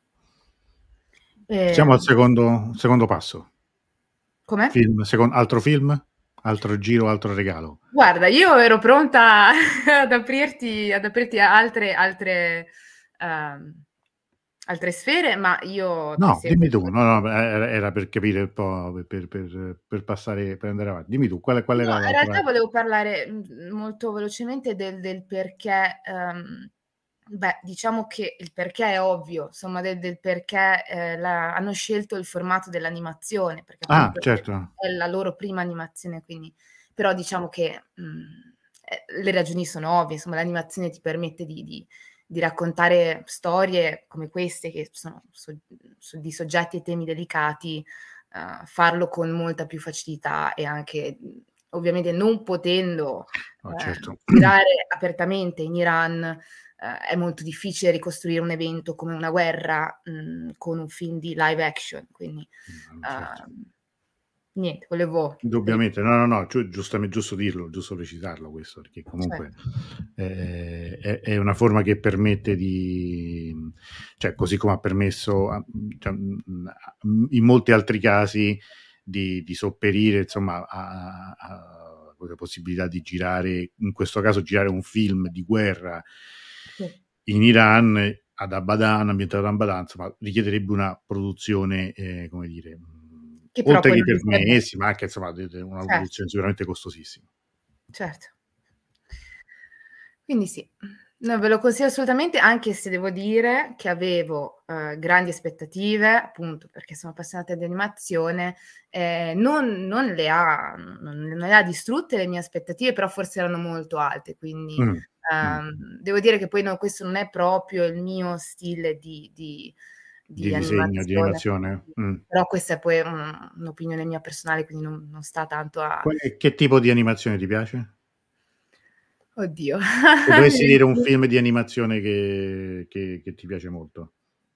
Siamo al Ehm, secondo passo. come? Altro film? Altro giro, altro regalo? Guarda, io ero pronta ad aprirti uhm, altre sfere, ma io ti No, seguo dimmi tu. solo No, no, era per capire un po', per passare, per andare avanti. Dimmi tu, qual no, era in l'altra. realtà volevo parlare, molto velocemente del perché, beh, diciamo che il perché è ovvio, insomma del perché, la hanno scelto il formato dell'animazione, perché Ah, appunto certo. è la loro prima animazione, quindi però diciamo che, le ragioni sono ovvie, insomma l'animazione ti permette di raccontare storie come queste che sono di soggetti e temi delicati, farlo con molta più facilità e anche, ovviamente non potendo, No, certo. girare apertamente in Iran, è molto difficile ricostruire un evento come una guerra, con un film di live action, quindi, Certo. uhm, niente, volevo ri Indubbiamente. No, no, no, giusto dirlo, giusto precisarlo questo, perché comunque, certo, è una forma che permette di, cioè così come ha permesso cioè, in molti altri casi di sopperire, insomma, a quella possibilità di girare, in questo caso girare un film di guerra sì. in Iran, ad Abadan, ambientato ad Abadan, insomma, richiederebbe una produzione, come dire, Che però oltre poi che i non li sarebbe permessi, ma anche insomma una certo, produzione sicuramente costosissima. certo. Quindi sì, no, ve lo consiglio assolutamente, anche se devo dire che avevo, grandi aspettative, appunto perché sono appassionata di animazione, non le ha distrutte le mie aspettative, però forse erano molto alte, quindi, Mh, mh. devo dire che poi questo non è proprio il mio stile Di di disegno, di animazione, animazione? però questa è poi un'opinione mia personale, quindi non sta tanto a Che tipo di animazione ti piace? oddio. Se dovessi dire un film di animazione che ti piace molto.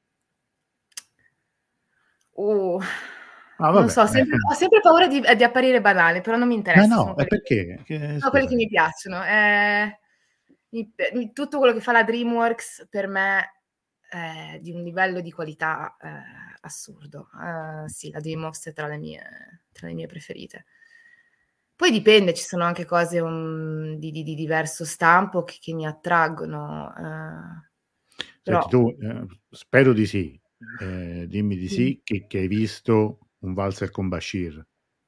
Uh, Ah, non vabbè. so, ho sempre paura di apparire banale, però non mi Ma interessa, no, e perché? sono quelli che Scusami. mi piacciono. Tutto quello che fa la DreamWorks per me di un livello di qualità, assurdo. Sì, la Dream House è tra le mie preferite. Poi dipende, ci sono anche cose, di diverso stampo che mi attraggono, però Senti tu, spero di sì, dimmi di dimmi. sì, che hai visto Un valzer con Bashir.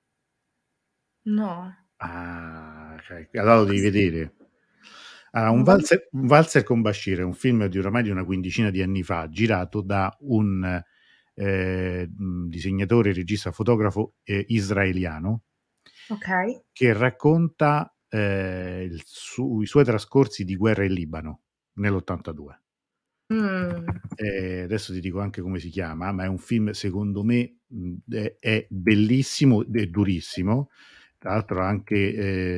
No. Ah, okay, allora lo devi Cos'è? vedere. Allora, Un val Un valzer con Bashir è un film di oramai di una quindicina di anni fa, girato da un, disegnatore, regista, fotografo, israeliano, Okay. che racconta, i suoi trascorsi di guerra in Libano nell'82. Mh. Adesso ti dico anche come si chiama, ma è un film secondo me, è bellissimo è durissimo. Tra l'altro anche,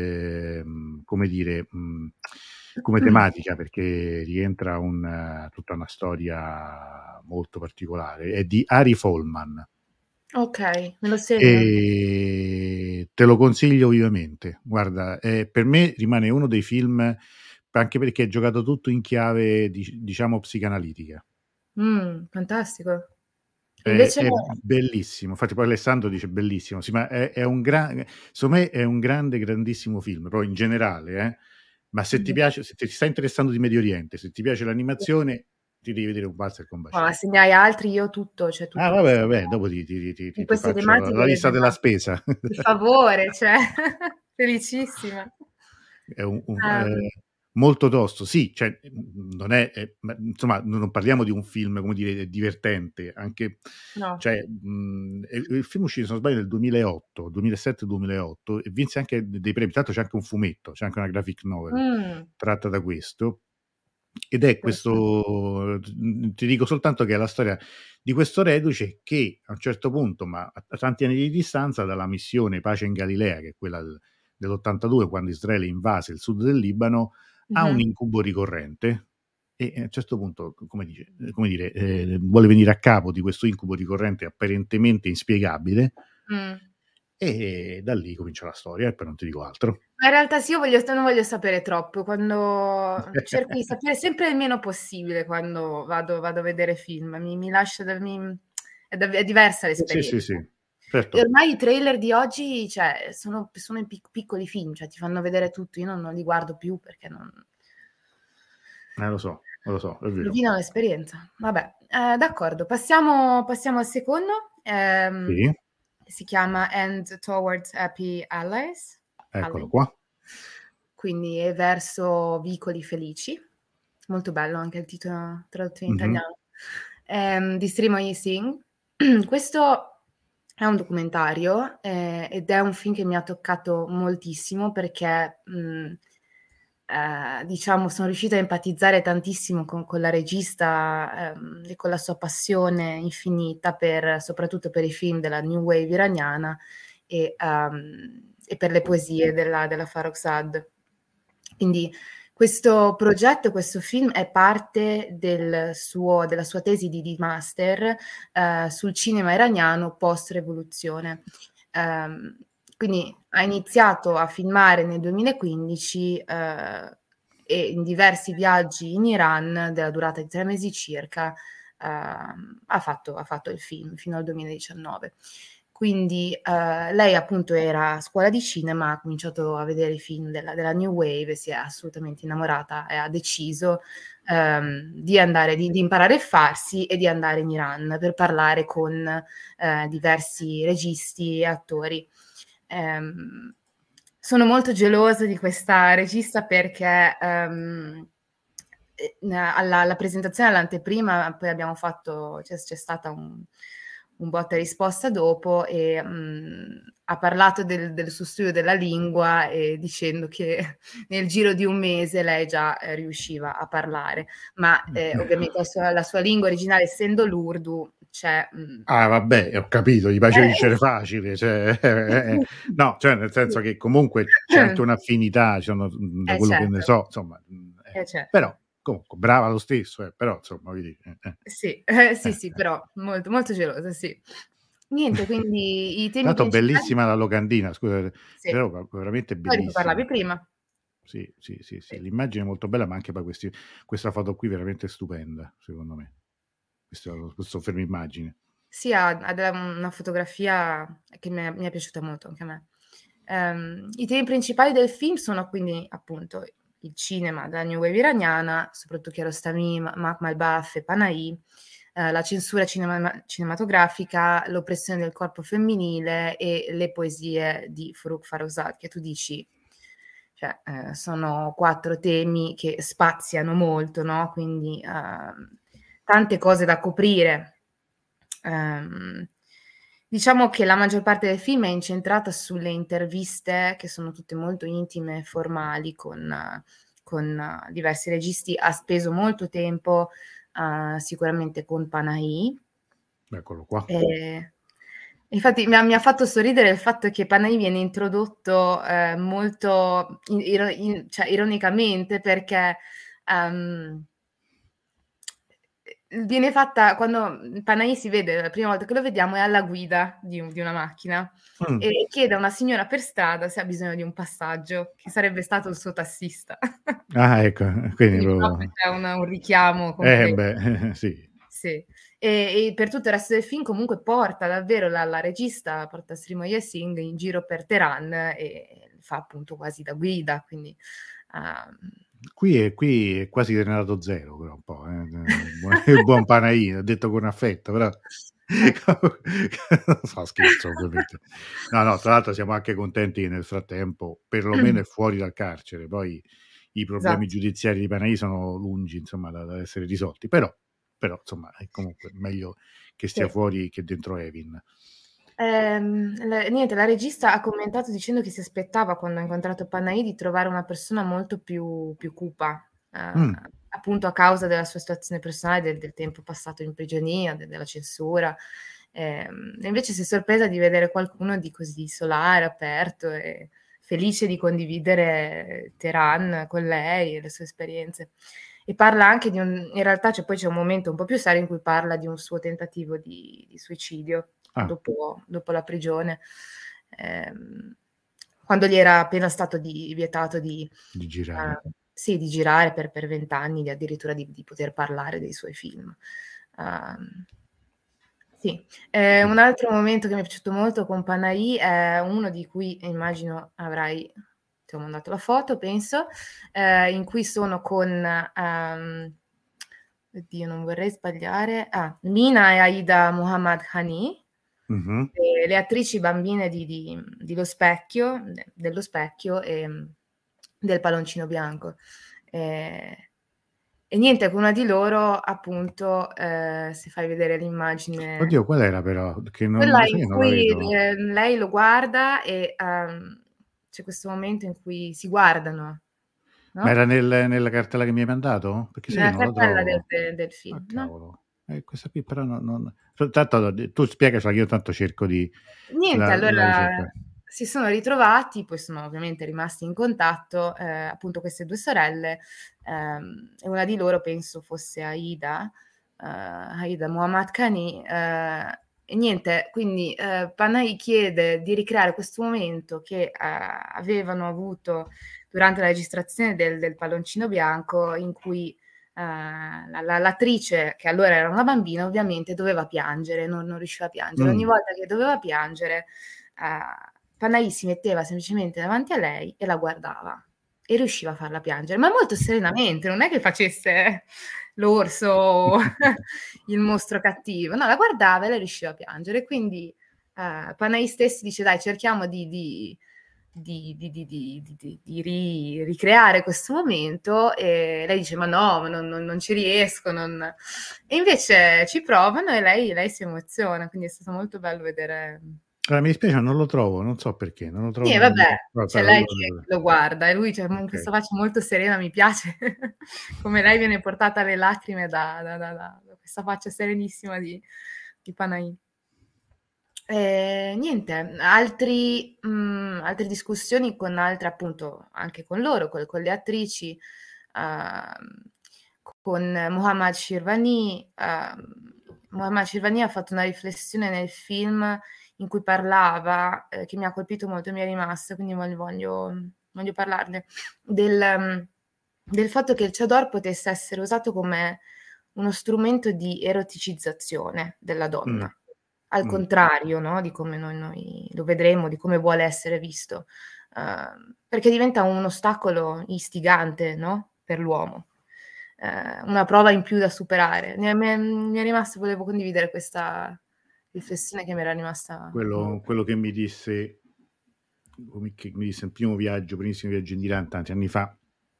come dire, come tematica, perché rientra tutta una storia molto particolare. È di Ari Folman. Okay, me lo segno. Te lo consiglio vivamente. Guarda, per me rimane uno dei film, anche perché è giocato tutto in chiave diciamo psicanalitica. Fantastico. E invece È bellissimo. Infatti poi Alessandro dice: "Bellissimo". Sì, ma è un secondo me è un grande, grandissimo film, poi in generale, ma se ti mh, piace, se ti sta interessando di Medio Oriente, se ti piace l'animazione, ti devi vedere Un valzer con ma Bashir. se ne hai altri io tutto, cioè Ah tutto vabbè, questo vabbè, dopo ti di ti queste faccio la tematiche lista della spesa. per favore, cioè felicissima. È Ehm, molto tosto. Sì, cioè, non è ma insomma non parliamo di un film, come dire, divertente, anche no. cioè, il film uscì, se non sbaglio, nel 2008, 2007, 2008, e vinse anche dei premi. Tra l'altro c'è anche un fumetto, c'è anche una graphic novel Mh, tratta da questo, ed è interessan questo, ti dico soltanto che è la storia di questo reduce che a un certo punto, ma a tanti anni di distanza dalla missione Pace in Galilea, che è quella dell'82, quando Israele invase il sud del Libano, ha un mh-mh, incubo ricorrente e a un certo punto, come dire, vuole venire a capo di questo incubo ricorrente apparentemente inspiegabile, mh. e da lì comincia la storia, e poi non ti dico altro. Ma in realtà sì, io non voglio sapere troppo, quando cerco di sapere sempre il meno possibile quando vado a vedere film. Mi lascia è diversa Sì, sì, l'esperienza. sì, E certo. ormai i trailer di oggi, cioè, sono in piccoli film, cioè ti fanno vedere tutto. Io non li guardo più perché non Lo so, è vero. rovinano l'esperienza. Vabbè, d'accordo, passiamo al secondo, Sì, si chiama "And Towards Happy Allies". eccolo Allies. qua. Quindi è verso vicoli felici. Molto bello anche il titolo tradotto in Mh-mh. italiano. Di Srimoi Singh. Questo è un documentario, ed è un film che mi ha toccato moltissimo perché, diciamo sono riuscita a empatizzare tantissimo con la regista, e con la sua passione infinita soprattutto per i film della new wave iraniana e per le poesie della Farrokhzad. Quindi questo progetto, questo film è parte della sua tesi di master, sul cinema iraniano post rivoluzione. Ehm, quindi ha iniziato a filmare nel 2015, e in diversi viaggi in Iran della durata di 3 mesi circa, ha fatto il film fino al 2019. Quindi, lei appunto era a scuola di cinema, ha cominciato a vedere i film della new wave e si è assolutamente innamorata e ha deciso, di imparare il farsi e di andare in Iran per parlare con, diversi registi e attori. Ehm, sono molto gelosa di questa regista perché, alla presentazione, all'anteprima, poi abbiamo fatto c'è stata un botta e risposta dopo e, ha parlato del suo studio della lingua e dicendo che nel giro di un mese lei già, riusciva a parlare, ma, ovviamente la sua lingua originale essendo l'urdu, cioè, Ah vabbè, ho capito, gli piace eh, vincere facile, cioè no, cioè nel senso che comunque c'è anche un'affinità, ci sono, da quello che ne certo, so, insomma, certo. però comunque brava lo stesso, però insomma voglio dire, Sì, sì, sì, eh. però molto, molto gelosa, sì. Niente, quindi i temi Tanto principali bellissima la locandina, scusa, sì. veramente Quello di cui bellissima. parlavi prima. Sì, sì, sì, sì, Sì. l'immagine è molto bella, ma anche poi questa foto qui veramente stupenda, secondo me. questo fermo immagine. Sì, ha una fotografia che mi è piaciuta molto anche a me. I temi principali del film sono quindi appunto il cinema della New Wave iraniana, soprattutto Kiarostami, Mac Malbaf e Panahi, la censura cinematografica, l'oppressione del corpo femminile e le poesie di Forough Farrokhzad, che tu dici, cioè, sono 4 temi che spaziano molto, no, quindi, tante cose da coprire. Ehm, diciamo che la maggior parte del film è incentrata sulle interviste che sono tutte molto intime e formali con diversi registi. Ha speso molto tempo, sicuramente con Panahi. Eccolo qua. Ehm, infatti mi ha fatto sorridere il fatto che Panahi viene introdotto, molto cioè ironicamente perché, ehm viene fatta quando, Panahi si vede la prima volta che lo vediamo è alla guida di una macchina Mh. e chiede a una signora per strada se ha bisogno di un passaggio, che sarebbe stato il suo tassista. Ah, ecco, quindi Quindi proprio proprio c'è un richiamo completo. beh, sì. Sì. E per tutto il resto del film comunque porta davvero la regista porta Srimoyee Singh in giro per Teheran e fa appunto quasi da guida, quindi, uhm Qui è quasi Renato Zero però un po', il buon Panahi, detto con affetto, però eh, no scherzo ovviamente. No, no, tra l'altro siamo anche contenti che nel frattempo, perlomeno è fuori dal carcere, poi i problemi esatto, giudiziari di Panahi sono lungi insomma da essere risolti, però insomma è comunque meglio che stia sì. fuori che dentro Evin. La regista ha commentato dicendo che si aspettava, quando ha incontrato Panahi, di trovare una persona molto più cupa, Mh, appunto a causa della sua situazione personale, del tempo passato in prigionia, della censura. E invece si è sorpresa di vedere qualcuno di così solare, aperto e felice di condividere Teheran con lei e le sue esperienze. E parla anche in realtà c'è un momento un po' più serio in cui parla di un suo tentativo di suicidio ah, dopo la prigione, ehm, quando gli era appena stato vietato di girare. sì, di girare per 20 anni, addirittura di poter parlare dei suoi film. Uhm, sì. Sì. Un altro momento che mi è piaciuto molto con Panahi è uno di cui immagino avrai ti ho mandato la foto penso, in cui sono con, oddio non vorrei sbagliare, Mina e Aida Mohammad Hani, Mh-mh. le attrici bambine di Lo Specchio, dello Specchio, del Paloncino Bianco. Ehm, e niente, con una di loro appunto, se fai vedere l'immagine Oddio qual era però? Che non quella lo sai in che non la cui, vedo. lei lo guarda e, c'è questo momento in cui si guardano, Ma no, era nella cartella che mi hai mandato? Perché sai che nella non la cartella trovo. del Ah film, no? cavolo. Questa qui però non tanto tu spiegacela che io tanto cerco di Niente, la allora ricerca. si sono ritrovati, poi sono ovviamente rimasti in contatto, appunto queste 2 sorelle, e una di loro penso fosse Aida Mohammad-Kani, e niente, quindi, Panahi chiede di ricreare questo momento che, avevano avuto durante la registrazione del Palloncino Bianco in cui, l'attrice, che allora era una bambina, ovviamente doveva piangere, non riusciva a piangere. Ogni Mh, volta che doveva piangere, ehm, Panahi si metteva semplicemente davanti a lei e la guardava e riusciva a farla piangere, ma molto serenamente, non è che facesse l'orso o il mostro cattivo, no, la guardava e lei riusciva a piangere. Quindi, Panahi stesso dice: "Dai, cerchiamo di ricreare questo momento", e lei dice: "Ma no, ma non ci riesco, non" e invece ci provano e lei si emoziona, quindi è stato molto bello vedere. mi dispiace non lo trovo, non so perché, non lo trovo Sì, nel vabbè, c'è aspetta lei che lo guarda e lui c'ha okay. questa faccia molto serena, mi piace come lei viene portata alle lacrime da questa faccia serenissima di Panahi. Niente, altre discussioni con altre appunto anche con loro, con le attrici, uhm, con Mohammad Shirvani ha fatto una riflessione nel film in cui parlava, che mi ha colpito molto, mi è rimasta, quindi voglio parlarne, del fatto che il Chador potesse essere usato come uno strumento di eroticizzazione della Mh, donna, al mh. contrario, no, di come noi lo vedremo, di come vuole essere visto, perché diventa un ostacolo istigante, no, per l'uomo, una prova in più da superare. Mi è rimasto volevo condividere questa riflessione che mi era rimasta molto. Quello che mi disse che mi disse il primissimo viaggio in Iran tanti anni fa,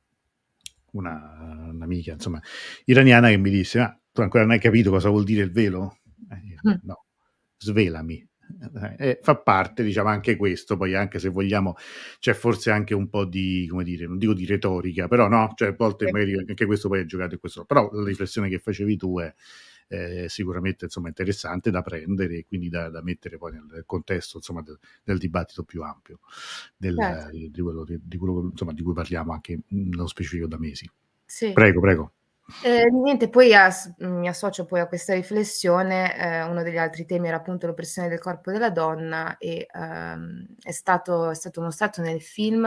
un'amica, insomma, iraniana che mi disse: "Ma tu ancora non hai capito cosa vuol dire il velo?" Io: Mh, "No, svelami." E fa parte, diciamo, anche questo, poi anche se vogliamo c'è forse anche un po' di, come dire, non dico di retorica, però no, cioè a volte sì, magari anche questo poi è giocato in questo, però la riflessione che facevi tu è sicuramente, insomma, interessante da prendere e quindi da mettere poi nel contesto, insomma, del dibattito più ampio certo, di quello, insomma, di cui parliamo anche nello specifico da mesi. sì. Prego, prego. Niente, poi mi associo poi a questa riflessione, uno degli altri temi era appunto l'oppressione del corpo della donna e, è stato mostrato nel film,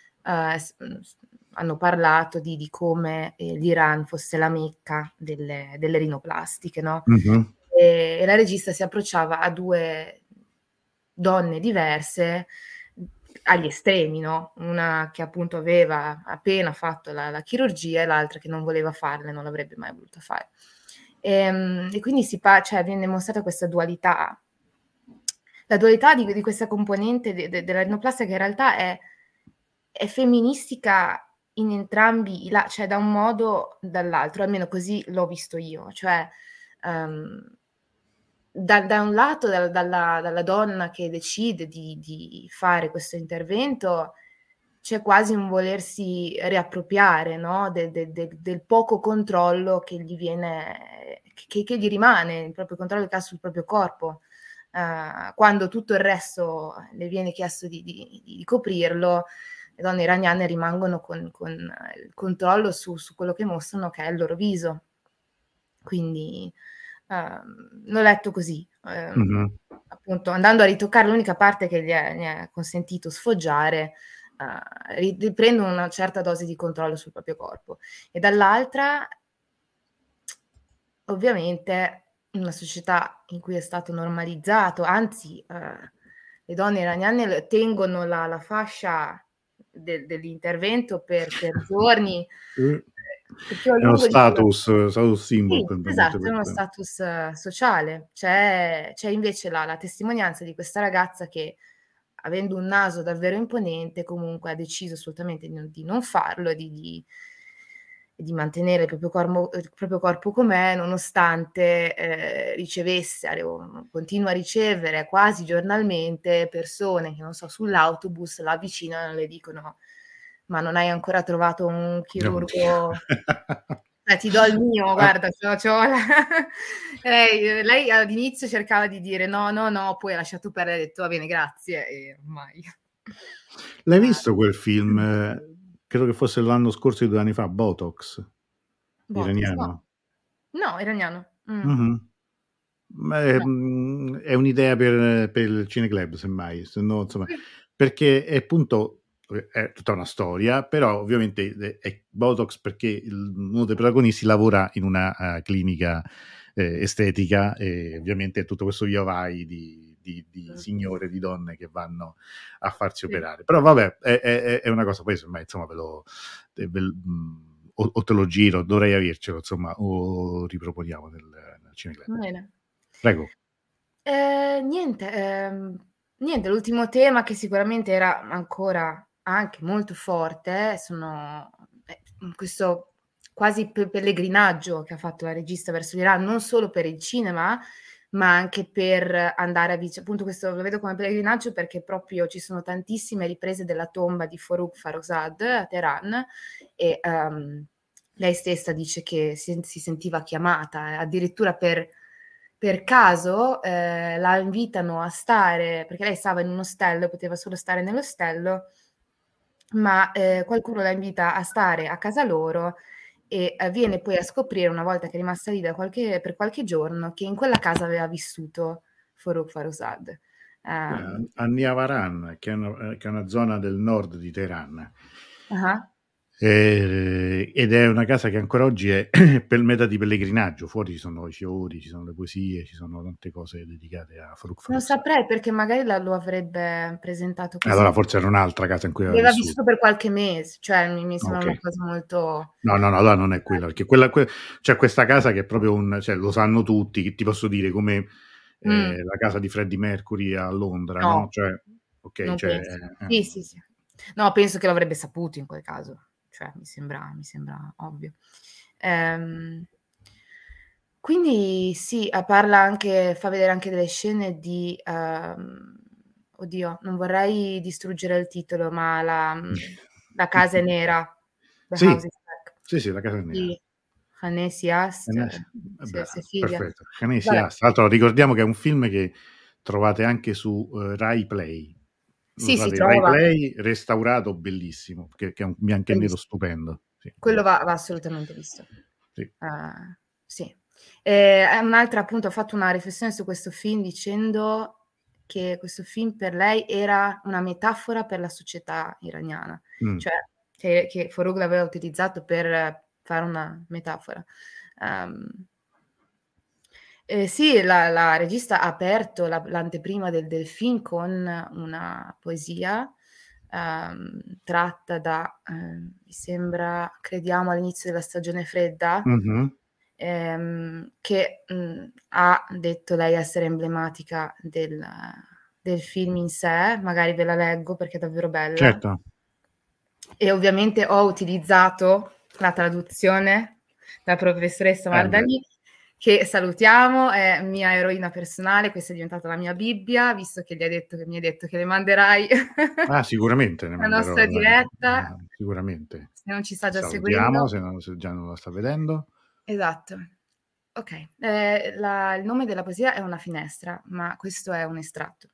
hanno parlato di come, l'Iran fosse la Mecca delle rinoplastiche, no, Mh-mh. e la regista si approcciava a 2 donne diverse, agli estremi, no, una che appunto aveva appena fatto la chirurgia e l'altra che non voleva farla e non l'avrebbe mai voluta fare. E quindi cioè viene mostrata questa dualità. La dualità di questa componente della rinoplastica che in realtà è femministica in entrambi i cioè da un modo, dall'altro, almeno così l'ho visto io. Cioè, uhm da un lato dalla donna che decide di fare questo intervento, c'è quasi un volersi riappropriare, no, del poco controllo che gli viene che gli rimane, il proprio controllo che ha sul proprio corpo. Quando tutto il resto le viene chiesto di coprirlo, le donne iraniane rimangono con il controllo su quello che mostrano, che è il loro viso. Quindi, l'ho letto così, Mh-mh. appunto andando a ritoccare l'unica parte che gli è consentito sfoggiare, riprendono una certa dose di controllo sul proprio corpo. E dall'altra, ovviamente, in una società in cui è stato normalizzato, anzi, le donne iraniane tengono la fascia dell'intervento per giorni, Mh. più a È uno lungo di quello. status symbol Sì, per molte esatto, è uno persone. status sociale. C'è invece la testimonianza di questa ragazza che, avendo un naso davvero imponente, comunque ha deciso assolutamente di non farlo e di mantenere il proprio corpo com'è, nonostante, ricevesse o continua a ricevere quasi giornalmente persone che, non so, sull'autobus la avvicinano e le dicono: "Ma non hai ancora trovato un No. chirurgo?" Ti do il mio, Ah, guarda, c'ho la lei all'inizio cercava di dire: "No, no, no", poi ha lasciato perdere, ha detto: "Va bene, grazie", e ormai l'hai eh, visto quel film, credo che fosse l'anno scorso o 2 anni fa, Botox, Botox, no. iraniano? No, iraniano. Mh-mh. Ma No. è un'idea per il cineclub semmai, se no, insomma, Sì, perché è appunto è tutta una storia, però ovviamente è Botox perché uno dei protagonisti lavora in una, clinica, estetica e ovviamente è tutto questo via vai di signore, di donne che vanno a farsi sì. operare. Però vabbè, è una cosa, poi semmai, insomma, o te lo giro, dovrei avercelo, insomma, o riproponiamo nel cineclub. Va bene. Prego. Niente, niente, l'ultimo tema che sicuramente era ancora anche molto forte sono questo quasi pellegrinaggio che ha fatto la regista verso l'Iran, non solo per il cinema, ma anche per andare appunto questo lo vedo come pellegrinaggio perché proprio ci sono tantissime riprese della tomba di Farooq Farrokhzad a Teheran e, lei stessa dice che si sentiva chiamata, addirittura per caso, la invitano a stare perché lei stava in un ostello, poteva solo stare nell'ostello, ma, qualcuno la invita a stare a casa loro e, viene poi a scoprire, una volta che è rimasta lì per qualche giorno, che in quella casa aveva vissuto Farooq Farrokhzad. A Niavaran, che è una zona del nord di Teheran. Ah-ah. Ed è una casa che ancora oggi è per meta di pellegrinaggio. Fuori ci sono i fiori, ci sono le poesie, ci sono tante cose dedicate a Farooq Non Farrokhzad. saprei perché magari lo avrebbe presentato Allora così. forse era un'altra casa in cui aveva Aveva vissuto. vissuto per qualche mese, cioè mi sembra una Okay. cosa molto No, no, no, allora non è quella, perché c'è questa casa che è proprio cioè lo sanno tutti, che ti posso dire, come mh, la casa di Freddie Mercury a Londra, no, no, cioè okay, non cioè penso. Sì, sì, sì. No, penso che lo avrebbe saputo in quel caso, cioè mi sembra ovvio. Ehm, quindi sì, parla anche fa vedere anche delle scene di, oddio, non vorrei distruggere il titolo, ma la casa è nera, The sì, House is Black sì, sì, la casa è nera. di Hanesi Ast, Cecilia. Perfetto. Canesi Vabbè, Ast. Tra l'altro ricordiamo che è un film che trovate anche su, Rai Play. Lo sì, si trovate Rai trova, Play restaurato, bellissimo, che è un bianco e nero belliss stupendo. Sì, quello va assolutamente visto. sì. Sì. Un'altra appunto ho fatto una riflessione su questo film dicendo che questo film per lei era una metafora per la società iraniana, Mh. cioè che Farhug l'aveva utilizzato per fare una metafora. Ehm sì, la regista ha aperto l'anteprima del film con una poesia, tratta da, mi sembra Crediamo all'inizio della stagione fredda, Mh-mh. che, ha detto lei essere emblematica del film in sé, magari ve la leggo perché è davvero bella. Certo. E ovviamente ho utilizzato la traduzione della professoressa Eh beh. Mardani, che salutiamo, è mia eroina personale, questa è diventata la mia Bibbia, visto che mi hai detto che le manderai Ah, sicuramente ne la manderò nostra diretta, sicuramente. se non ci sta già Salutiamo, seguendo. se già non la sta vedendo. Esatto. Okay, il nome della poesia è Una finestra, ma questo è un estratto.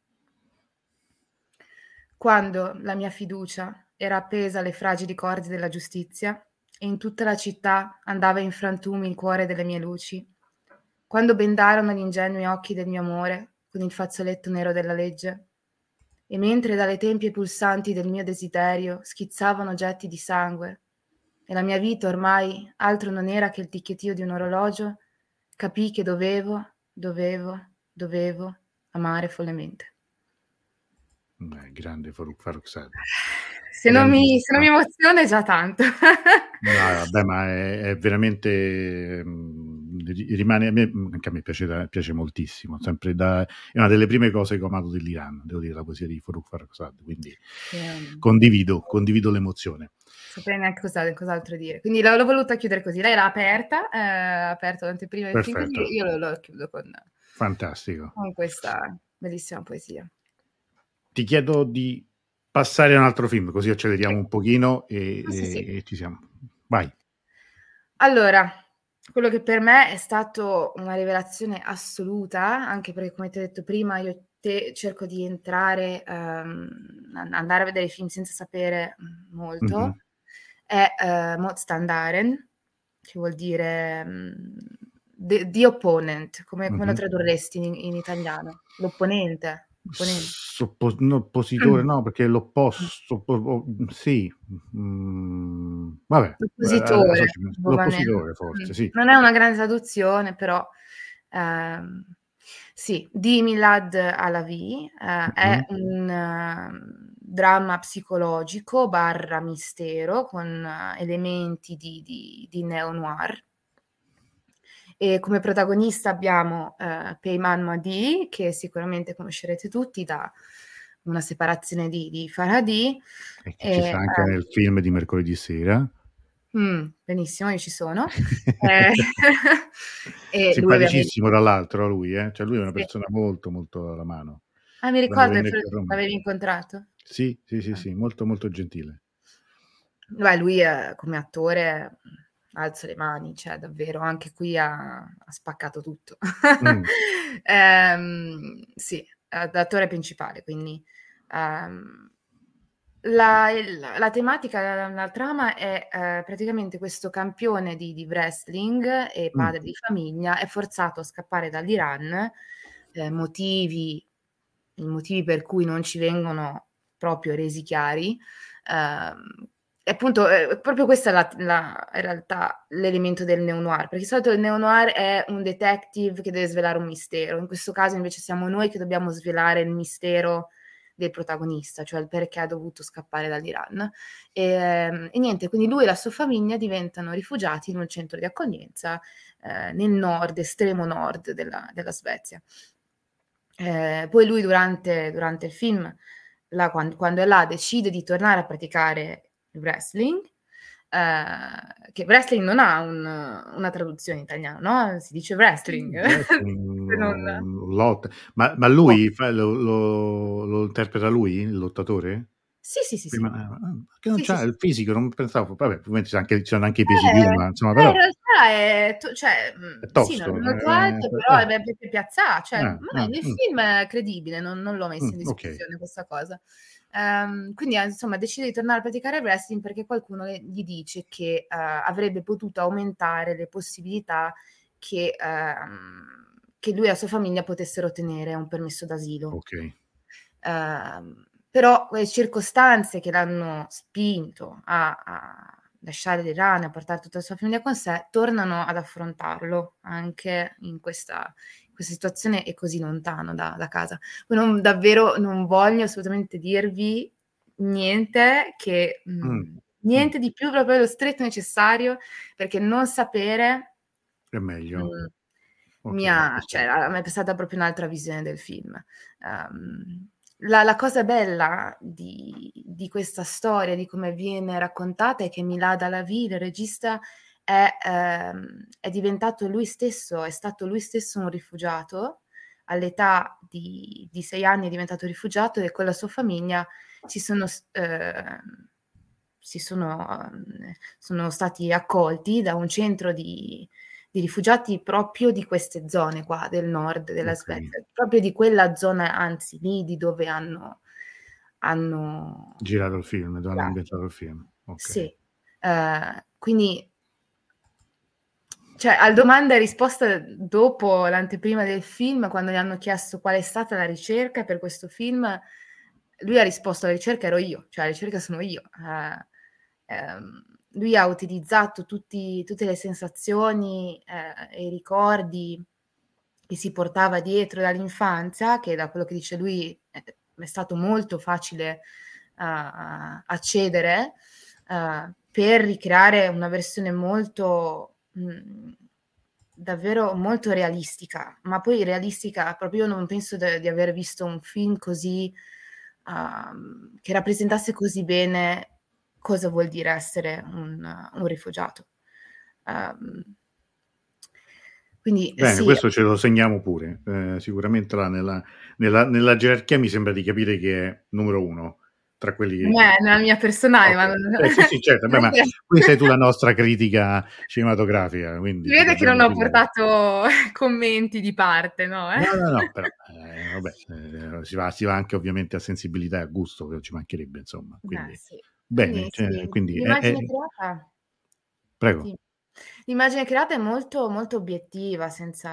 Quando la mia fiducia era appesa alle fragili corde della giustizia e in tutta la città andava in frantumi il cuore delle mie luci, quando bendarono gli ingenui occhi del mio amore con il fazzoletto nero della legge, e mentre dalle tempie pulsanti del mio desiderio schizzavano getti di sangue, e la mia vita ormai altro non era che il ticchettio di un orologio, capii che dovevo amare follemente. Grande Farrokhzad. Se non mi Grandissima. emoziona è già tanto. No, vabbè, ma è veramente, rimane a me, anche a me piace moltissimo, sempre da è una delle prime cose che ho amato dell'Iran, devo dire, la poesia di Farooq Farrokhzad, quindi Ehm, condivido l'emozione. saprei neanche cos'altro dire. Quindi l'ho voluta chiudere così. Lei l'ha aperta, ha aperto l'anteprima del film Perfetto, così, io lo chiudo fantastico. con questa bellissima poesia. Ti chiedo di passare a un altro film, così Sì. acceleriamo un pochino Sì, sì, sì. e ci siamo. Vai. Allora, quello che per me è stato una rivelazione assoluta, anche perché come ti ho detto prima io e te cerco di entrare, andare a vedere i film senza sapere, Mh-mh, molto, è, Motstandaren, che vuol dire, the opponent, come lo mh-mh. tradurresti in italiano? L'opponente, opponen No, oppositore no, perché l'opposto sì, vabbè, adesso L'oppositore, l'oppositore forse, sì. non è una grande traduzione, però, ehm, sì, di Milad Halaby, è Mh-mh, un dramma psicologico barra mistero con elementi di neo-noir. E come protagonista abbiamo, Peyman Moaadi, che sicuramente conoscerete tutti da Una separazione di Farhadi, e che ci e sta anche nel film di mercoledì sera. Benissimo, io ci sono. Ehm, e lui ovviamente Simpaticissimo tra l'altro lui, cioè lui è una sì. persona molto, molto alla mano. Ah, mi Quando ricordo che venne qui a Roma l'avevi incontrato? sì, sì, sì, Ah. sì, molto, molto gentile. Beh, lui, come attore, alzo le mani, cioè davvero anche qui ha spaccato tutto. Mh, Sì, da attore principale, quindi, ehm, la tematica, la trama è, praticamente questo campione di wrestling e mh, padre di famiglia è forzato a scappare dall'Iran, motivi i motivi per cui non ci vengono proprio resi chiari, ehm, appunto, proprio questa è in realtà l'elemento del neo-noir, perché di solito il neo-noir è un detective che deve svelare un mistero, in questo caso invece siamo noi che dobbiamo svelare il mistero del protagonista, cioè il perché ha dovuto scappare dall'Iran. E niente, quindi lui e la sua famiglia diventano rifugiati in un centro di accoglienza nel nord, estremo nord della Svezia. Poi lui durante il film, quando è là, decide di tornare a praticare il wrestling, che wrestling non ha una traduzione in italiano, no? Si dice wrestling. Se non... Lotta. Ma Oh. lui lo interpreta lui, il lottatore? Sì, sì, sì, Prima sì. che non Sì, sì, c'ha sì. il fisico, non pensavo, vabbè, ovviamente ci sono anche i pesi piuma, insomma, In però realtà è cioè, è sì, tosto. molto alto, però è ben piazzato, cioè, ma nel Mh, film è credibile, non l'ho messo in okay, discussione questa cosa. Quindi, insomma, decide di tornare a praticare wrestling perché qualcuno gli dice che avrebbe potuto aumentare le possibilità che lui e la sua famiglia potessero ottenere un permesso d'asilo. okay, Però quelle circostanze che l'hanno spinto a lasciare l'Iran e a portare tutta la sua famiglia con sé, tornano ad affrontarlo anche in questa situazione e così lontano da casa. Poi davvero non voglio assolutamente dirvi niente mh, mh, niente di più, proprio lo stretto necessario, perché non sapere, è meglio. mhmm, Okay, cioè questo a me è stata proprio un'altra visione del film. La cosa bella di questa storia, di come viene raccontata, è che Milad Alavi, il regista, è diventato lui stesso, è stato lui stesso un rifugiato. All'età di 6 anni è diventato rifugiato e con la sua famiglia si sono s si sono stati accolti da un centro di rifugiati proprio di queste zone qua del nord della okay. Svezia, proprio di quella zona, anzi lì di dove hanno Girato il film, dove hanno girato. ambientato il film. Okay. Sì, quindi cioè al domanda e risposta dopo l'anteprima del film, quando gli hanno chiesto qual è stata la ricerca per questo film, lui ha risposto: "La ricerca ero io, cioè la ricerca sono io". Lui ha utilizzato tutte le sensazioni, e i ricordi che si portava dietro dall'infanzia, che da quello che dice lui è stato molto facile a accedere, per ricreare una versione molto davvero molto realistica, ma poi realistica proprio io non penso di aver visto un film così che rappresentasse così bene cosa vuol dire essere un rifugiato. Uhm, quindi Bene, sì, questo ce lo segniamo pure. Sicuramente là nella gerarchia mi sembra di capire che è numero 1 tra quelli che nella mia personale, ma okay. non Sì, sì, certo, beh, ma qui sei tu la nostra critica cinematografica, si quindi ti vede che non dobbiamo ho fidare. portato commenti di parte, no, No, no, no, però, vabbè, si va anche ovviamente a sensibilità e a gusto, che ci mancherebbe insomma, beh quindi sì. bene, Sì, quindi l'immagine creata prego. sì. L'immagine creata è molto, molto obiettiva,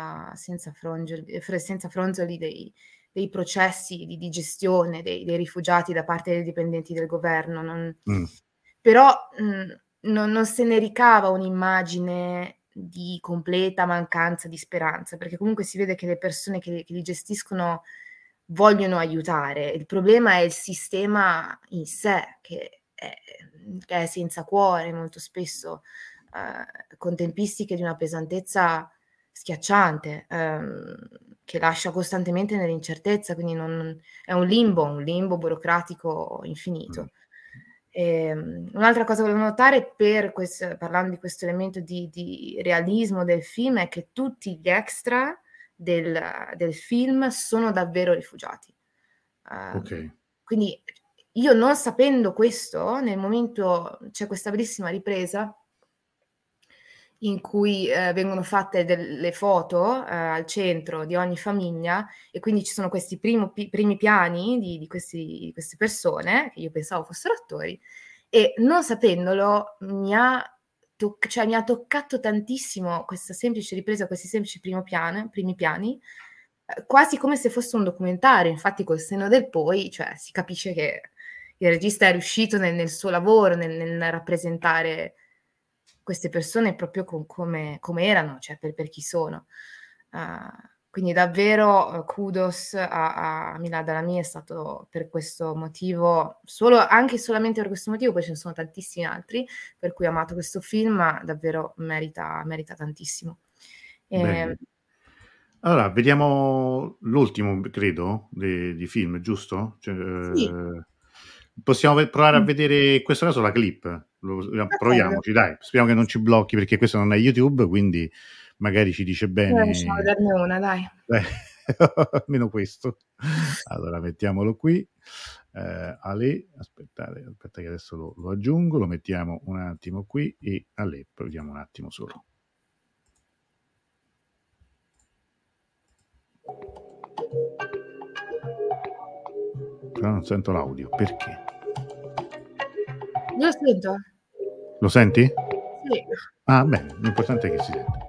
senza fronzoli dei processi di gestione dei rifugiati da parte dei dipendenti del governo, non Mh, però, non se ne ricava un'immagine di completa mancanza di speranza, perché comunque si vede che le persone che li gestiscono vogliono aiutare. Il problema è il sistema in sé che è senza cuore molto spesso, con tempistiche di una pesantezza schiacciante, che lascia costantemente nell'incertezza, quindi non è un limbo burocratico mh, infinito. Un'altra cosa volevo notare parlando di questo elemento di realismo del film, è che tutti gli extra del del film sono davvero rifugiati. okay, Quindi io non sapendo questo, nel momento c'è questa bellissima ripresa in cui, vengono fatte delle foto, al centro di ogni famiglia e quindi ci sono questi primi piani di queste persone, che io pensavo fossero attori, e non sapendolo mi ha toccato tantissimo questa semplice ripresa, questi semplici primi piani, quasi come se fosse un documentario. Infatti col senno del poi, cioè si capisce che il regista è riuscito nel suo lavoro, nel rappresentare queste persone proprio come erano, cioè per chi sono. Quindi davvero, kudos a Milad Alami, è stato per questo motivo anche solamente per questo motivo, poi ce ne sono tantissimi altri per cui ho amato questo film, ma davvero merita tantissimo. Bene. Allora, vediamo l'ultimo, credo, di film, giusto? Cioè, Sì, possiamo provare a mh, vedere, in questo caso, la clip. d'accordo. Proviamoci, dai. Speriamo che non ci blocchi, perché questo non è YouTube, quindi magari ci dice Riusciamo a bene. vederne una, dai. Eh, almeno questo. Allora, mettiamolo qui. Ale, aspetta che adesso lo aggiungo, lo mettiamo un attimo qui e Ale, vediamo un attimo solo. Però non sento l'audio, perché? Io sento. Lo senti? Sì. Ah, bene, l'importante è che si sente.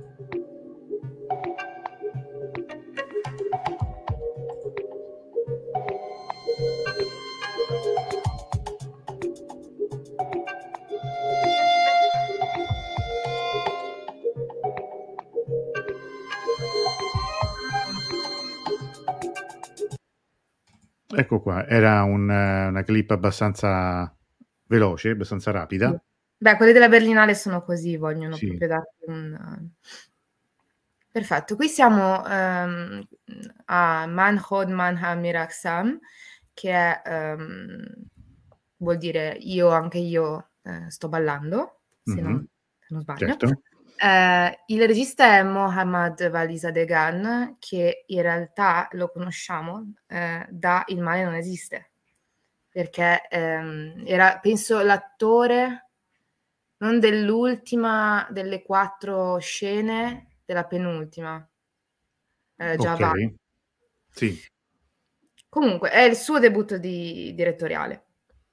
Ecco qua, era una clip abbastanza veloce, abbastanza Sì. rapida. Beh, quelli della Berlinale sono così, vogliono Sì. proprio darti un perfetto. Qui siamo, a Man Hod Man HaMiraksam, che è, vuol dire io anche io, sto ballando, Mh-mh. se non sbaglio. Certo. Il regista è Mohammad Valizadegan, che in realtà lo conosciamo, da Il male non esiste, perché, era penso l'attore non dell'ultima delle 4 scene, della penultima, Javad. Okay. Sì. Comunque è il suo debutto direttoriale.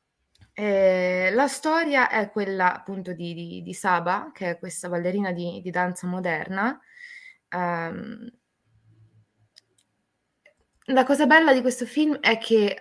La storia è quella appunto di Saba, che è questa ballerina di danza moderna. Uhm, la cosa bella di questo film è che,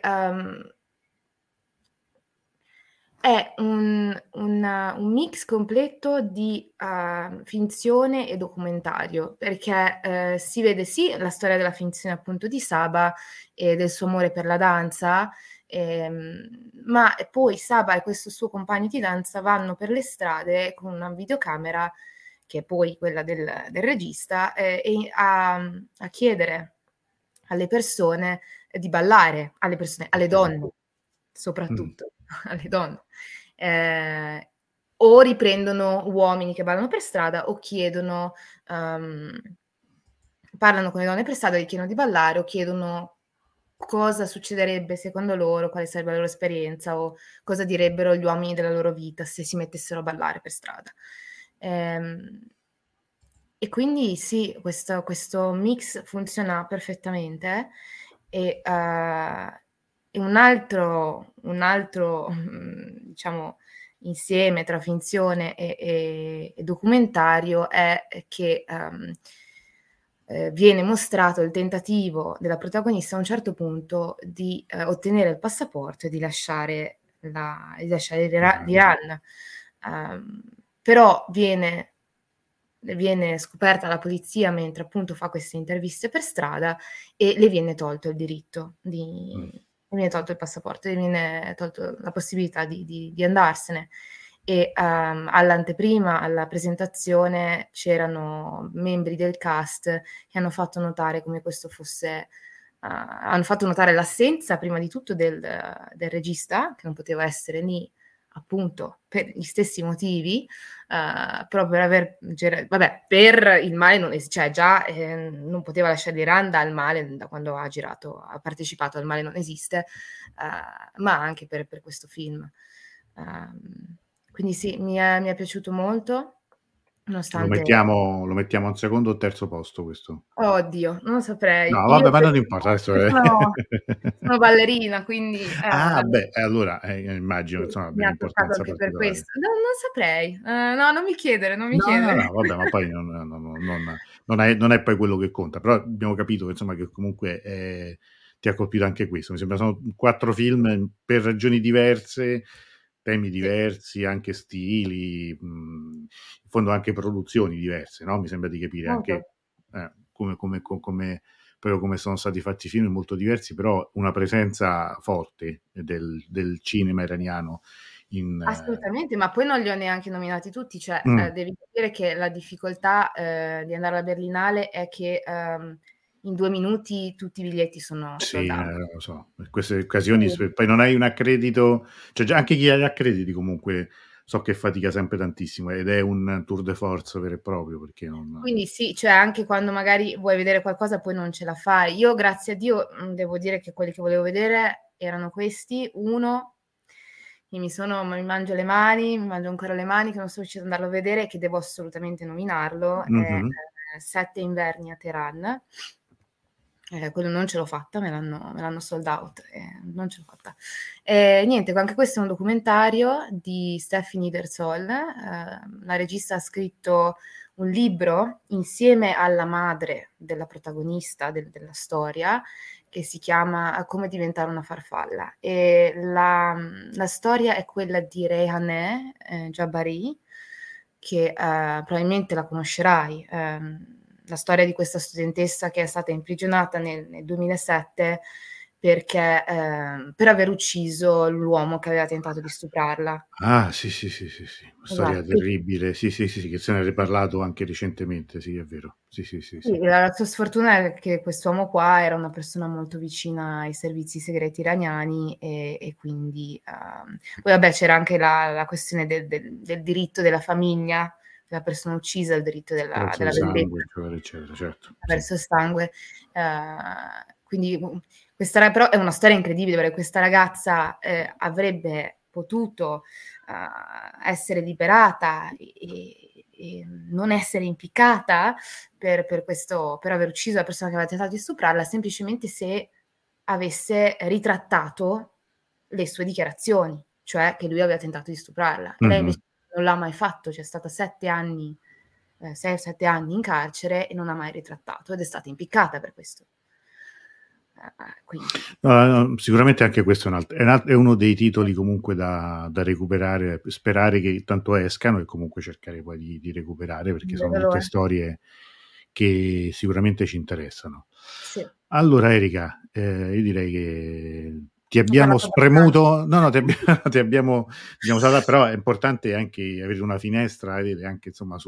è un mix completo di, finzione e documentario, perché, si vede sì la storia della finzione appunto di Saba e del suo amore per la danza, ma poi Saba e questo suo compagno di danza vanno per le strade con una videocamera, che è poi quella del regista, e a chiedere alle persone di ballare, alle Okay. donne Mh. soprattutto, alle donne. Ehm, o riprendono uomini che ballano per strada o chiedono uhm, parlano con le donne per strada, gli chiedono di ballare o chiedono cosa succederebbe secondo loro, quale sarebbe la loro esperienza o cosa direbbero gli uomini della loro vita se si mettessero a ballare per strada. Ehm, e quindi sì, questo mix funziona perfettamente e, un altro, diciamo, insieme tra finzione e documentario è che, viene mostrato il tentativo della protagonista a un certo punto di, ottenere il passaporto e di lasciare L'Iran. l'Iran. Uhm, però viene scoperta dalla polizia mentre appunto fa queste interviste per strada e le viene tolto il diritto Mh. le viene tolto il passaporto, le viene tolto la possibilità di andarsene. E, all'anteprima, alla presentazione, c'erano membri del cast che hanno fatto notare come questo fosse hanno fatto notare l'assenza prima di tutto del regista, che non poteva essere lì appunto per gli stessi motivi, proprio per aver vabbè, per il male non cioè già, non poteva lasciare l'Iran dal male da quando ha partecipato al Male non esiste, ma anche per questo film. Quindi sì, mi è piaciuto molto, nonostante Lo mettiamo al secondo o terzo posto questo? oddio, non lo saprei. No, Io vabbè, ma non importa, adesso io sono ballerina, quindi, ah, beh, allora, immagino, sì, insomma, abbia mi ha toccato un'importanza anche per particolare. questo. Non saprei. No, non mi chiedere, non mi No, no, chiedere. no, vabbè, ma poi non è poi quello che conta, però abbiamo capito che insomma che comunque, ti ha colpito anche questo. Mi sembra sono 4 film per ragioni diverse, temi Sì, diversi, anche stili, in fondo anche produzioni diverse, no, mi sembra di capire molto. anche, proprio come sono stati fatti i film molto diversi, però una presenza forte del cinema iraniano in Assolutamente, ma poi non li ho neanche nominati tutti, cioè, mh. devi capire che la difficoltà, di andare alla Berlinale è che, in 2 minuti tutti i biglietti sono sold Sì, out. lo so. In queste occasioni Quindi poi non hai un accredito, cioè già anche chi ha gli accrediti comunque so che fatica sempre tantissimo ed è un tour de force vero e proprio perché non quindi sì, cioè anche quando magari vuoi vedere qualcosa poi non ce la fai. Io grazie a Dio, devo dire che quelli che volevo vedere erano questi. Uno che mi mangio le mani, mi mangio ancora le mani che non sono riuscita ad andarlo a vedere e che devo assolutamente nominarlo, è, mh-mh. 7 inverni a Teheran. Quello non ce l'ho fatta, me l'hanno sold out, non ce l'ho fatta. Niente, anche questo è un documentario di Steffie Niederzoll. La regista ha scritto un libro insieme alla madre della protagonista della storia, che si chiama Come diventare una farfalla. E la storia è quella di Rehaneh Jabari, che probabilmente la conoscerai. La storia di questa studentessa che è stata imprigionata nel 2007 perché, per aver ucciso l'uomo che aveva tentato di stuprarla. Ah, sì, sì, sì, sì, sì, una storia Esatto. terribile. Sì, sì, sì, sì, che se ne è riparlato anche recentemente, sì, è vero. Sì, sì, sì, Sì, sì. la sua sfortuna è che quest'uomo qua era una persona molto vicina ai servizi segreti iraniani e quindi, poi vabbè c'era anche la questione del diritto della famiglia, della persona uccisa, il diritto Prezzo di della sangue, vendetta eccetera, eccetera, certo, sì. verso il sangue. Quindi, questa ra però è una storia incredibile, perché questa ragazza, avrebbe potuto, essere liberata e non essere impiccata per aver ucciso la persona che aveva tentato di stuprarla, semplicemente se avesse ritrattato le sue dichiarazioni, cioè che lui aveva tentato di stuprarla. E lei Mh-mh. invece non l'ha mai fatto, c'è stata 7 anni 6 o 7 anni in carcere e non ha mai ritrattato ed è stata impiccata per questo. Quindi No, no, sicuramente anche questo è uno dei titoli comunque da recuperare, sperare che tanto escano e comunque cercare poi di recuperare, perché non sono vedo tutte l'ora. storie che sicuramente ci interessano. Sì, Allora Erika, io direi che ti ho abbiamo parlato abbastanza. spremuto no, no, ti abbiamo salva però è importante anche avere una finestra, vedere anche insomma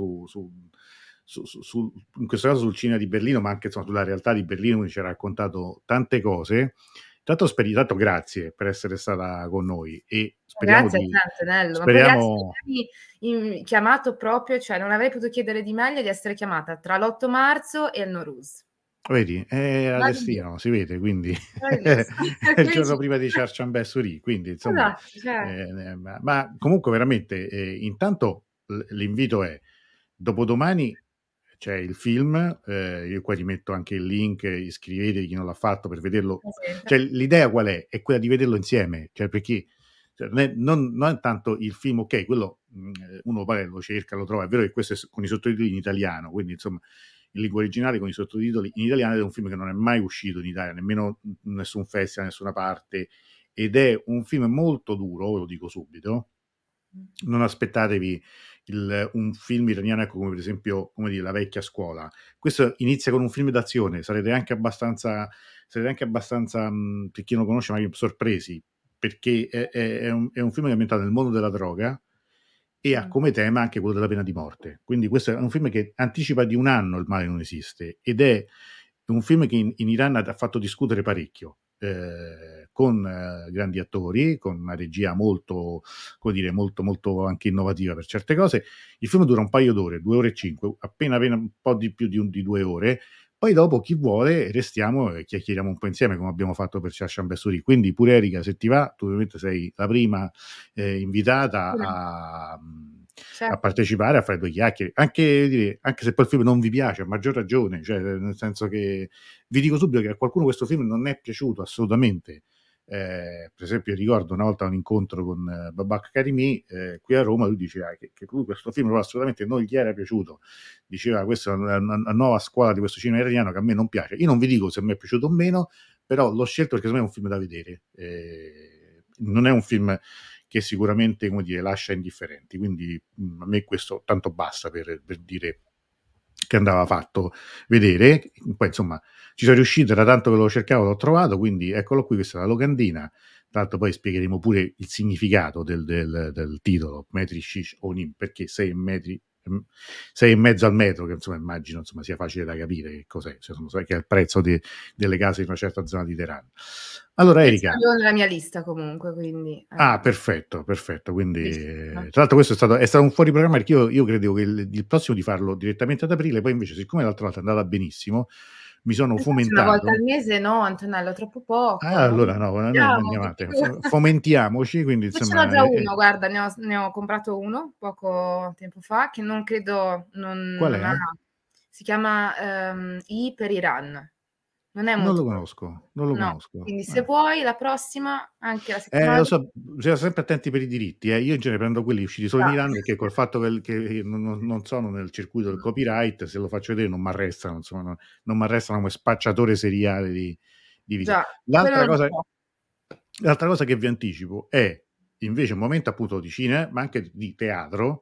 su in questo caso sul cinema di Berlino, ma anche insomma sulla realtà di Berlino, quindi ci ha raccontato tante cose. Tanto grazie per essere stata con noi e speriamo Grazie a di te Antonello, ma poi grazie di speriamo avermi chiamato proprio, cioè non avrei potuto chiedere di meglio di essere chiamata tra l'8 marzo e il Nowruz. vedi, era Meraviglioso, destino, si vede, quindi hai visto? è il giorno prima di Coincidenza. Ciarciambè-Surì, quindi insomma, Esatto, cioè ma comunque veramente, intanto l'invito è: dopodomani c'è il film, io qua ti metto anche il link, iscrivetevi chi non l'ha fatto per vederlo. presente. Cioè l'idea qual è? È quella di vederlo insieme, cioè perché cioè non è tanto il film, okay, quello, uno poi lo cerca, lo trova. È vero che questo è con i sottotitoli in italiano, quindi insomma in lingua originale con i sottotitoli in italiano ed è un film che non è mai uscito in Italia, nemmeno in nessun festival, da nessuna parte, ed è un film molto duro, ve lo dico subito. Non aspettatevi un film iraniano, ecco, come per esempio, come dire, La vecchia scuola. Questo inizia con un film d'azione, sarete anche abbastanza, per chi non lo conosce, magari sorpresi, perché è un film che è ambientato nel mondo della droga e ha Mh. come tema anche quello della pena di morte. Quindi questo è un film che anticipa di 1 anno Il male non esiste ed è un film che in Iran ha fatto discutere parecchio, con grandi attori, con una regia molto, come dire, molto, molto anche innovativa per certe cose. Il film dura un paio d'ore, 2 ore e 5, appena un po' di più di 2 ore. Poi dopo chi vuole restiamo e chiacchieriamo un po' insieme come abbiamo fatto per Shashan Bessuri. Quindi pure Erika, se ti va, tu ovviamente sei la prima invitata a Certo. partecipare, a fare 2 chiacchiere, anche se poi il film non vi piace, a maggior ragione, cioè nel senso che vi dico subito che a qualcuno questo film non è piaciuto assolutamente. Per esempio ricordo una volta un incontro con Babak Karimi qui a Roma, lui diceva che lui questo film proprio assolutamente non gli era piaciuto, diceva questa è una nuova scuola di questo cinema iraniano che a me non piace. Io non vi dico se mi è piaciuto o meno, però l'ho scelto perché secondo me è un film da vedere. Non è un film che sicuramente, come dire, lascia indifferenti, quindi a me questo tanto basta per dire che andava fatto vedere. Poi insomma ci sono riuscito, era tanto che lo cercavo, l'ho trovato, quindi eccolo qui, questa è la locandina. Tra l'altro poi spiegheremo pure il significato del titolo, Metri Shish Onim, perché 6 e mezzo al metro, che insomma immagino insomma sia facile da capire che cos'è, cioè, insomma, che è il prezzo delle case in una certa zona di Teheran. Allora E ce Erika, l'avevo nella mia lista comunque, quindi perfetto, perfetto. Quindi, felicissima. tra l'altro, questo è stato un fuori programma perché io credevo che il prossimo di farlo direttamente ad aprile, poi invece, siccome l'altra volta è andata benissimo, mi sono Faccio una volta fomentato. al mese, no, Antonello, troppo poco, Ah, no? allora no, noi Andiamo andiamo di avanti, più. fomentiamoci, quindi Io ce n'ho insomma, già uno, guarda, ne ho comprato uno poco tempo fa che non credo qual non ha è? si chiama, I per Iran. Non è Non lo molto conosco, non lo no, conosco. quindi se vuoi la prossima, anche la Lo settimana so, bisogna sempre attenti per i diritti, Io in genere prendo quelli usciti solo in Iran perché col fatto che non sono nel circuito del copyright, se lo faccio vedere non m'arrestano, insomma, non m'arrestano come spacciatore seriale di video. già, quello L'altra non lo cosa so. l'altra cosa che vi anticipo è invece un momento appunto di cinema, ma anche di teatro.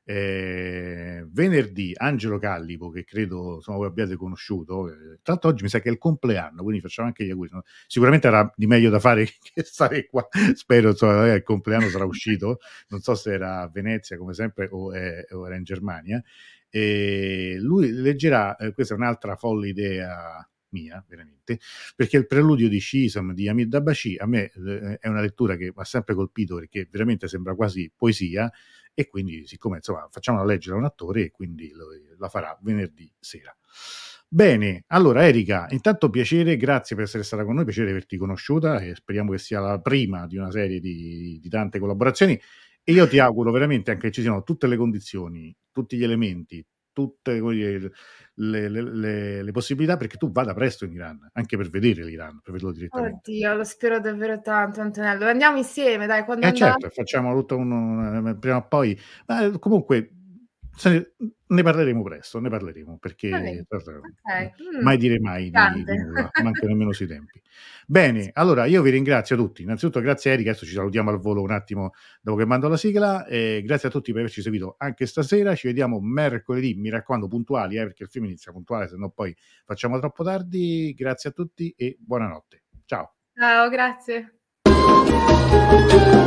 Venerdì Angelo Callipo, che credo insomma voi abbiate conosciuto, tra l'altro oggi mi sa che è il compleanno, quindi facciamo anche gli auguri. No? Sicuramente avrà di meglio da fare che stare qua. Spero insomma, il compleanno sarà uscito, non so se era a Venezia come sempre o era in Germania. E lui leggerà, questa è un'altra folle idea mia, veramente, perché il preludio di Scisam di Hamid Dabashi a me è una lettura che mi ha sempre colpito perché veramente sembra quasi poesia, e quindi siccome insomma facciamola leggere a un attore e quindi la farà venerdì sera. Bene, allora Erika, intanto piacere, grazie per essere stata con noi, piacere averti conosciuta e speriamo che sia la prima di una serie di tante collaborazioni, e io ti auguro veramente anche che ci siano tutte le condizioni, tutti gli elementi, tutte come dire, le possibilità perché tu vada presto in Iran, anche per vedere l'Iran, per vederlo direttamente. Oddio, lo spero davvero tanto, Antonello. Andiamo insieme, dai, quando Eh andate? certo, facciamo tutto prima o poi, ma comunque ne parleremo presto, ne parleremo Va bene. perché Okay, mai dire mai di grande. nulla, manco nemmeno sui tempi. Bene, allora io vi ringrazio tutti. Innanzitutto grazie Erika, adesso ci salutiamo al volo un attimo dopo che mando la sigla, e grazie a tutti per averci seguito anche stasera. Ci vediamo mercoledì, mi raccomando puntuali, perché il film inizia puntuale, se no poi facciamo troppo tardi. Grazie a tutti e buonanotte. Ciao. Ciao, grazie.